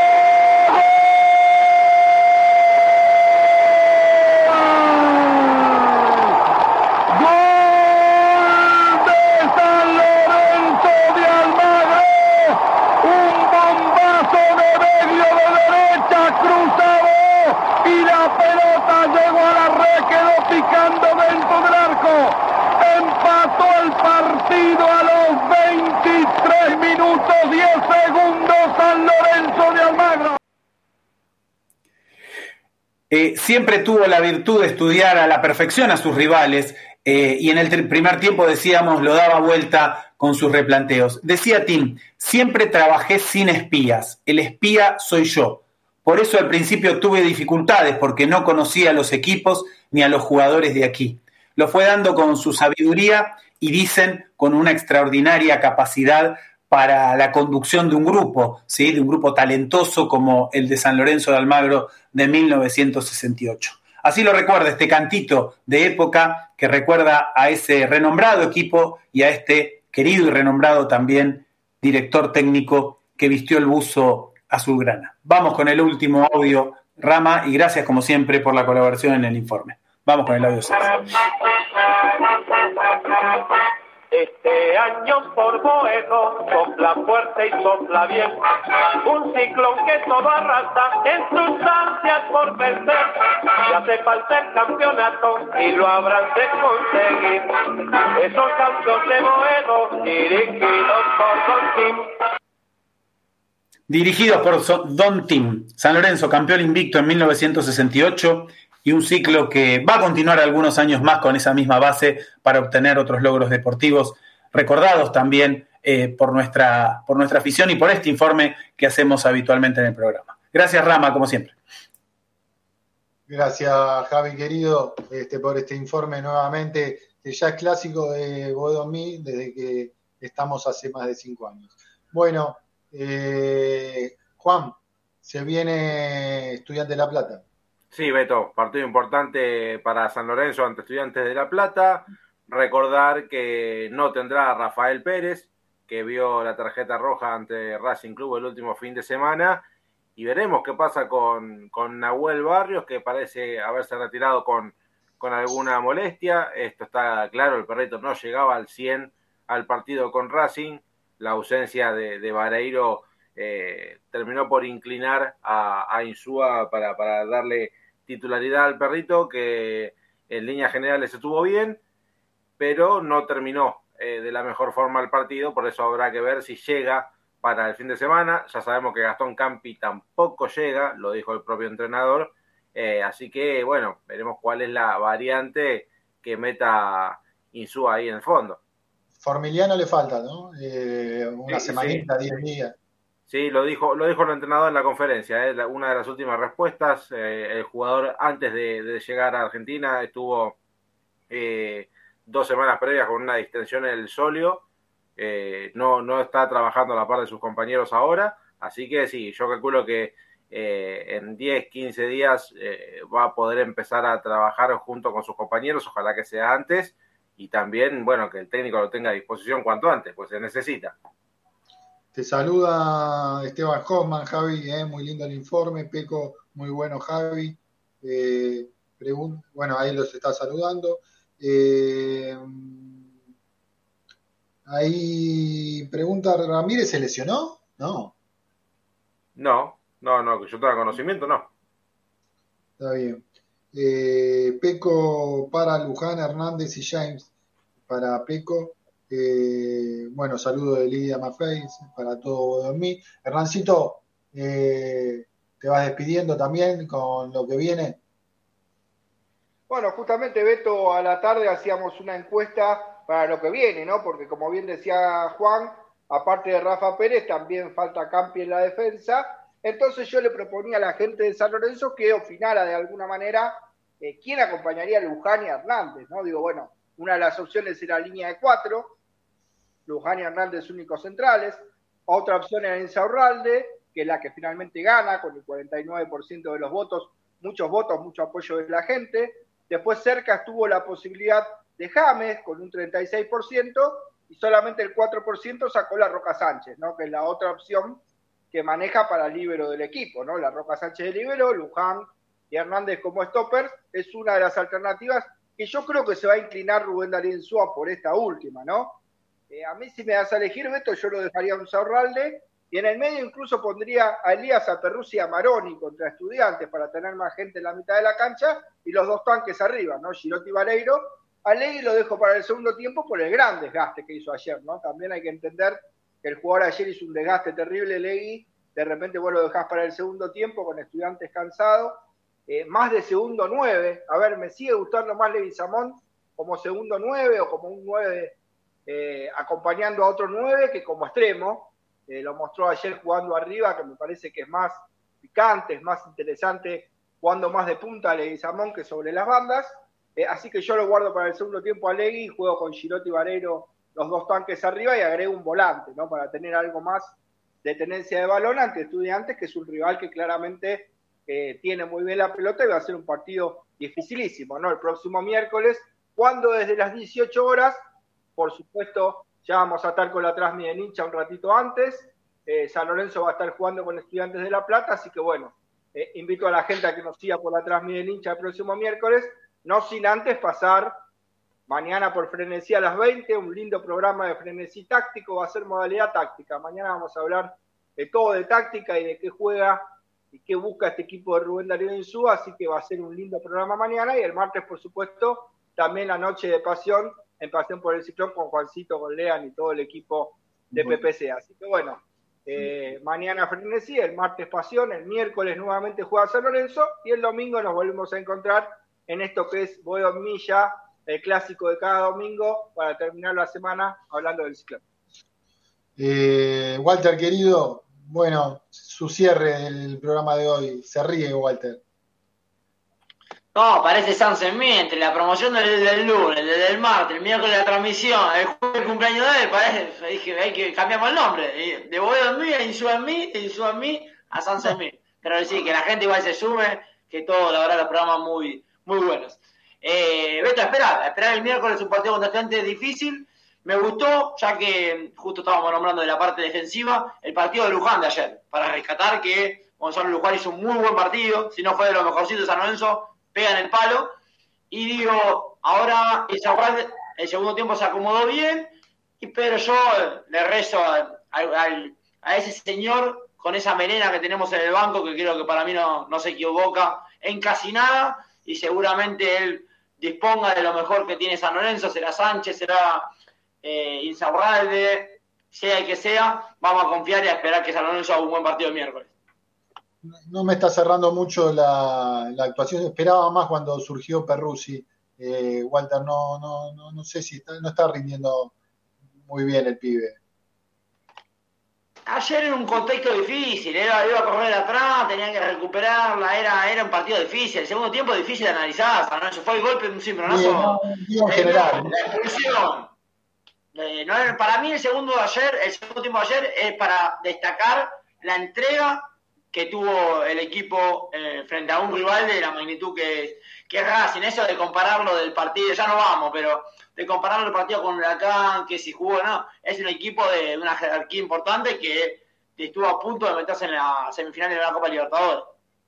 Partido a los 23 minutos 10 segundos San Lorenzo de Almagro. Siempre tuvo la virtud de estudiar a la perfección a sus rivales y en el primer tiempo decíamos lo daba vuelta con sus replanteos. Decía Tim, siempre trabajé sin espías, el espía soy yo. Por eso al principio tuve dificultades porque no conocía a los equipos ni a los jugadores de aquí. Lo fue dando con su sabiduría y dicen con una extraordinaria capacidad para la conducción de un grupo, ¿sí? De un grupo talentoso como el de San Lorenzo de Almagro de 1968. Así lo recuerda este cantito de época que recuerda a ese renombrado equipo y a este querido y renombrado también director técnico que vistió el buzo azulgrana. Vamos con el último audio, Rama, y gracias como siempre por la colaboración en el informe. Vamos con el audio 6. Este año por Boedo sopla fuerte y sopla bien, un ciclón que todo arrasa en sus ansias por vencer. Y hace falta el campeonato y lo habrán de conseguir. Esos Autos de Boedo dirigidos por Don Tim. Dirigidos por Don Tim, San Lorenzo campeón invicto en 1968 y un ciclo que va a continuar algunos años más con esa misma base para obtener otros logros deportivos recordados también por nuestra afición y por este informe que hacemos habitualmente en el programa. Gracias, Rama, como siempre. Gracias, Javi, querido, por este informe nuevamente, que ya es clásico de Boedo Mí desde que estamos hace más de 5 años. Bueno, Juan, se viene Estudiantes de La Plata. Sí, Beto, partido importante para San Lorenzo ante Estudiantes de La Plata. Recordar que no tendrá a Rafael Pérez, que vio la tarjeta roja ante Racing Club el último fin de semana, y veremos qué pasa con Nahuel Barrios, que parece haberse retirado con con alguna molestia. Esto está claro, el perrito no llegaba al 100 al partido con Racing. La ausencia de Vareiro terminó por inclinar a Insúa para darle titularidad al perrito, que en líneas generales estuvo bien, pero no terminó de la mejor forma el partido. Por eso habrá que ver si llega para el fin de semana. Ya sabemos que Gastón Campi tampoco llega, lo dijo el propio entrenador, así que bueno, veremos cuál es la variante que meta Insúa ahí en el fondo. Formiliano le falta, ¿no? Una Sí, semanita, sí. 10 días. Sí, lo dijo el entrenador en la conferencia, una de las últimas respuestas. El jugador antes de llegar a Argentina estuvo 2 semanas previas con una distensión en el sóleo. No está trabajando a la par de sus compañeros ahora, así que sí, yo calculo que en 10, 15 días va a poder empezar a trabajar junto con sus compañeros, ojalá que sea antes, y también, bueno, que el técnico lo tenga a disposición cuanto antes, pues se necesita. Te saluda Esteban Hoffman, Javi, muy lindo el informe, Peco, muy bueno, Javi. Bueno, ahí los está saludando. Ahí pregunta, ¿Ramírez se lesionó? No. No, que yo tenga conocimiento, no. Está bien. Peco para Luján, Hernández y James para Peco. Bueno, saludo de Lidia Maffei para todo en mí. Hernancito, te vas despidiendo también con lo que viene. Bueno, justamente, Beto, a la tarde hacíamos una encuesta para lo que viene, ¿no? Porque como bien decía Juan, aparte de Rafa Pérez, también falta Campi en la defensa. Entonces yo le proponía a la gente de San Lorenzo que opinara de alguna manera quién acompañaría a Luján y a Hernández, ¿no? Digo, bueno, una de las opciones era línea de 4, Luján y Hernández únicos centrales. Otra opción era Insaurralde, que es la que finalmente gana con el 49% de los votos, mucho apoyo de la gente. Después cerca estuvo la posibilidad de James con un 36% y solamente el 4% sacó la Roca Sánchez, ¿no? Que es la otra opción que maneja para el líbero del equipo, ¿no? La Roca Sánchez de líbero, Luján y Hernández como stoppers, es una de las alternativas que yo creo que se va a inclinar Rubén Darío Insúa por esta última, ¿no? A mí si me das a elegir, Beto, yo lo dejaría a Insaurralde y en el medio incluso pondría a Elías Aperruzzi y a Maroni contra Estudiantes para tener más gente en la mitad de la cancha y los dos tanques arriba, ¿no? Girotti y Vareiro. A Legui lo dejo para el segundo tiempo por el gran desgaste que hizo ayer, ¿no? También hay que entender que el jugador ayer hizo un desgaste terrible, Legui. De repente vos lo dejás para el segundo tiempo con Estudiantes cansado. Más de segundo 9. A ver, me sigue gustando más Leguizamón como segundo 9 o como un 9 acompañando a otro 9 que como extremo. Lo mostró ayer jugando arriba, que me parece que es más picante, es más interesante jugando más de punta a Leguizamón que sobre las bandas. Así que yo lo guardo para el segundo tiempo a Legui, juego con Girotti y Vareiro, los dos tanques arriba, y agrego un volante, ¿no? Para tener algo más de tenencia de balón ante Estudiantes, que es un rival que claramente tiene muy bien la pelota y va a ser un partido dificilísimo, ¿no? El próximo miércoles, cuando desde las 18 horas, por supuesto, ya vamos a estar con la transmisión del hincha un ratito antes. San Lorenzo va a estar jugando con Estudiantes de La Plata, así que bueno, invito a la gente a que nos siga por la transmisión del hincha el próximo miércoles, no sin antes pasar mañana por Frenesí a las 20, un lindo programa de Frenesí táctico, va a ser modalidad táctica. Mañana vamos a hablar de todo de táctica y de qué juega y qué busca este equipo de Rubén Darío Insúa, así que va a ser un lindo programa mañana, y el martes, por supuesto, también la noche de pasión, en Pasión por el Ciclón, con Juancito, con Lean y todo el equipo de PPC. Así que bueno, mañana Frenesí, el martes Pasión, el miércoles nuevamente juega San Lorenzo, y el domingo nos volvemos a encontrar en esto que es Boedo Milla, el clásico de cada domingo, para terminar la semana hablando del Ciclón. Walter, querido, bueno, su cierre del programa de hoy. Se ríe, Walter. No, parece San Semí, entre la promoción del lunes, del martes, el miércoles la transmisión, el jueves el cumpleaños de él, parece, dije, hay que cambiamos el nombre, de Boedo en mí, a Insúa en mí, a San Semí. Pero sí, que la gente igual se sume, que todo, la verdad, los programas muy buenos. Beto, esperar el miércoles, un partido contra Estudiantes difícil. Me gustó, ya que justo estábamos nombrando de la parte defensiva, el partido de Luján de ayer, para rescatar que Gonzalo Luján hizo un muy buen partido, si no fue de los mejorcitos de San Lorenzo, pega en el palo, y digo, ahora el segundo tiempo se acomodó bien, pero yo le rezo a ese señor con esa melena que tenemos en el banco, que creo que para mí no se equivoca en casi nada, y seguramente él disponga de lo mejor que tiene San Lorenzo, será Sánchez, será Insaurralde, sea el que sea, vamos a confiar y a esperar que San Lorenzo haga un buen partido el miércoles. No me está cerrando mucho la actuación, esperaba más cuando surgió Perruzzi. Walter, no sé si no está rindiendo muy bien el pibe. Ayer en un contexto difícil, iba a correr atrás, tenía que recuperarla, era un partido difícil, el segundo tiempo difícil de analizar, San Lorenzo fue el golpe de un cimbronazo. En general. La expulsión. Para mí el segundo tiempo de ayer es para destacar la entrega que tuvo el equipo frente a un rival de la magnitud que es Racing. Eso de compararlo del partido, ya no vamos, pero de compararlo el partido con Huracán, que si jugó no, es un equipo de una jerarquía importante que estuvo a punto de meterse en la semifinal de la Copa Libertadores.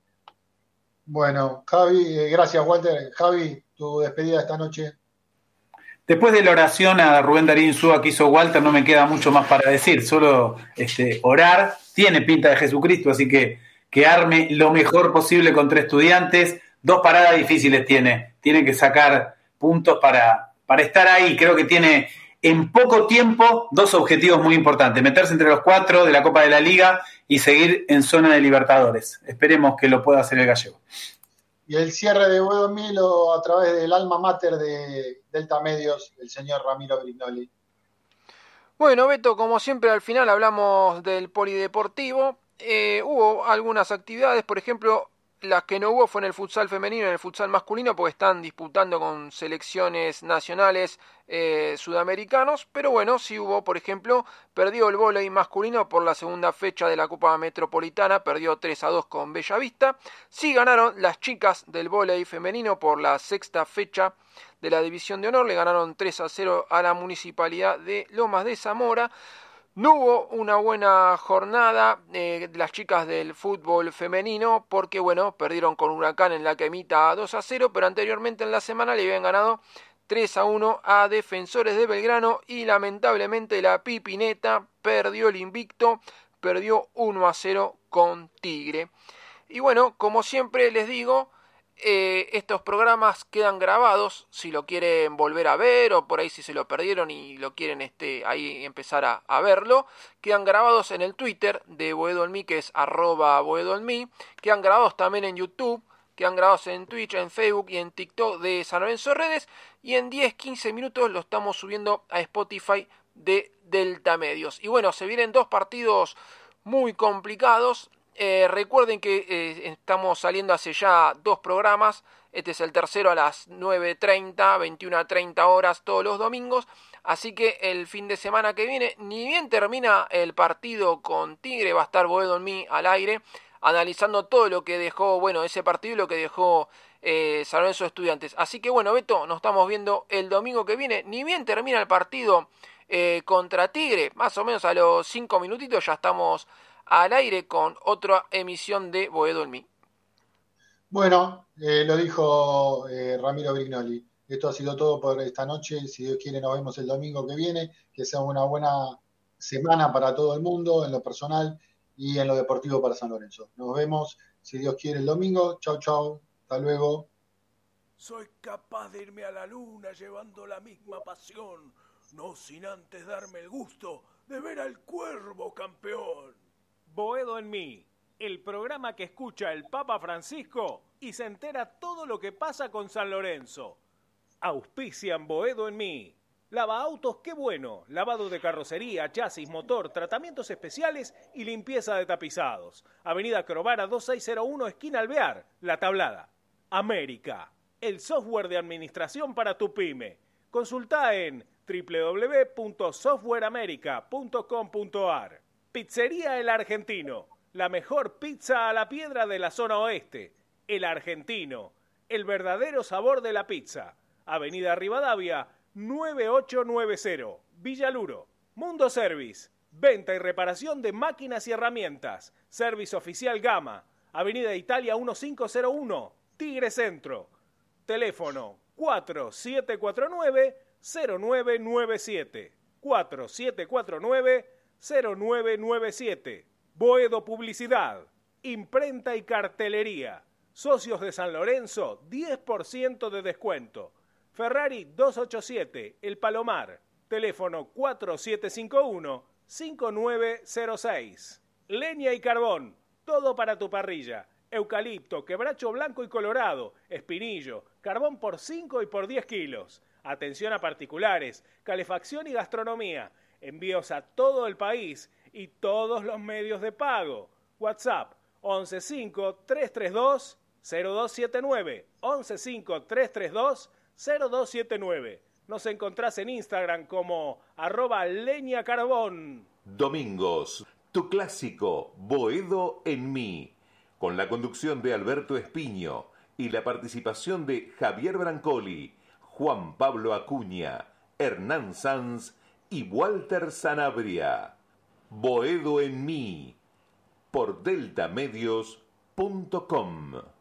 Bueno, Javi, gracias Walter. Javi, tu despedida esta noche. Después de la oración a Rubén Darío Insúa que hizo Walter, no me queda mucho más para decir, solo orar. Tiene pinta de Jesucristo, así que arme lo mejor posible contra Estudiantes. 2 paradas difíciles tiene que sacar puntos para estar ahí. Creo que tiene en poco tiempo 2 objetivos muy importantes: meterse entre los 4 de la Copa de la Liga y seguir en zona de Libertadores. Esperemos que lo pueda hacer el gallego. Y el cierre de Boedo Milo a través del alma mater de Delta Medios, el señor Ramiro Brignoli. Bueno, Beto, como siempre al final hablamos del polideportivo. Hubo algunas actividades, por ejemplo, las que no hubo fue en el futsal femenino y en el futsal masculino, porque están disputando con selecciones nacionales sudamericanos, pero bueno, sí hubo, por ejemplo, perdió el vóley masculino por la segunda fecha de la Copa Metropolitana, perdió 3-2 con Bellavista. Sí ganaron las chicas del vóley femenino por la sexta fecha de la División de Honor, le ganaron 3-0 a la Municipalidad de Lomas de Zamora. No hubo una buena jornada de las chicas del fútbol femenino porque, bueno, perdieron con Huracán en la Quemita 2-0, pero anteriormente en la semana le habían ganado 3-1 a Defensores de Belgrano y lamentablemente la Pipineta perdió el invicto, perdió 1-0 con Tigre. Y bueno, como siempre les digo, estos programas quedan grabados si lo quieren volver a ver o por ahí si se lo perdieron y lo quieren ahí empezar a verlo. Quedan grabados en el Twitter de Boedo en mí, que es @Boedo en mí. Quedan grabados también en YouTube, quedan grabados en Twitch, en Facebook y en TikTok de San Lorenzo Redes. Y en 10-15 minutos lo estamos subiendo a Spotify de Delta Medios. Y bueno, se vienen 2 partidos muy complicados. Recuerden que estamos saliendo hace ya 2 programas. Este es el tercero a las 9:30, 21:30 horas todos los domingos. Así que el fin de semana que viene, ni bien termina el partido con Tigre, va a estar Boedo en mí al aire, analizando todo lo que dejó, bueno, ese partido y lo que dejó San Lorenzo Estudiantes. Así que bueno, Beto, nos estamos viendo el domingo que viene. Ni bien termina el partido contra Tigre, más o menos a los 5 minutitos ya estamos al aire con otra emisión de Boedo en mí. Bueno, lo dijo Ramiro Brignoli. Esto ha sido todo por esta noche. Si Dios quiere, nos vemos el domingo que viene. Que sea una buena semana para todo el mundo, en lo personal y en lo deportivo para San Lorenzo. Nos vemos, si Dios quiere, el domingo. Chau, chau. Hasta luego. Soy capaz de irme a la luna llevando la misma pasión, no sin antes darme el gusto de ver al Cuervo campeón. Boedo en mí, el programa que escucha el Papa Francisco y se entera todo lo que pasa con San Lorenzo. Auspician Boedo en mí. Lava autos, qué bueno. Lavado de carrocería, chasis, motor, tratamientos especiales y limpieza de tapizados. Avenida Crovara 2601, esquina Alvear, La Tablada. América, el software de administración para tu pyme. Consulta en www.softwareamerica.com.ar. Pizzería El Argentino, la mejor pizza a la piedra de la zona oeste. El Argentino, el verdadero sabor de la pizza. Avenida Rivadavia 9890, Villaluro. Mundo Service, venta y reparación de máquinas y herramientas. Service Oficial Gama, Avenida Italia 1501, Tigre Centro. Teléfono 4749-0997. 4749-0997. Boedo Publicidad, imprenta y cartelería. Socios de San Lorenzo, 10% de descuento. Ferrari 287, El Palomar. Teléfono 4751-5906. Leña y carbón, todo para tu parrilla. Eucalipto, quebracho blanco y colorado, espinillo, carbón por 5 y por 10 kilos. Atención a particulares, calefacción y gastronomía. Envíos a todo el país y todos los medios de pago. WhatsApp 115-332-0279. 115-332-0279. Nos encontrás en Instagram como @leñacarbón. Domingos, tu clásico Boedo en mí, con la conducción de Alberto Espiño y la participación de Javier Brancoli, Juan Pablo Acuña, Hernán Sanz y Walter Sanabria. Boedo en mí, por deltamedios.com.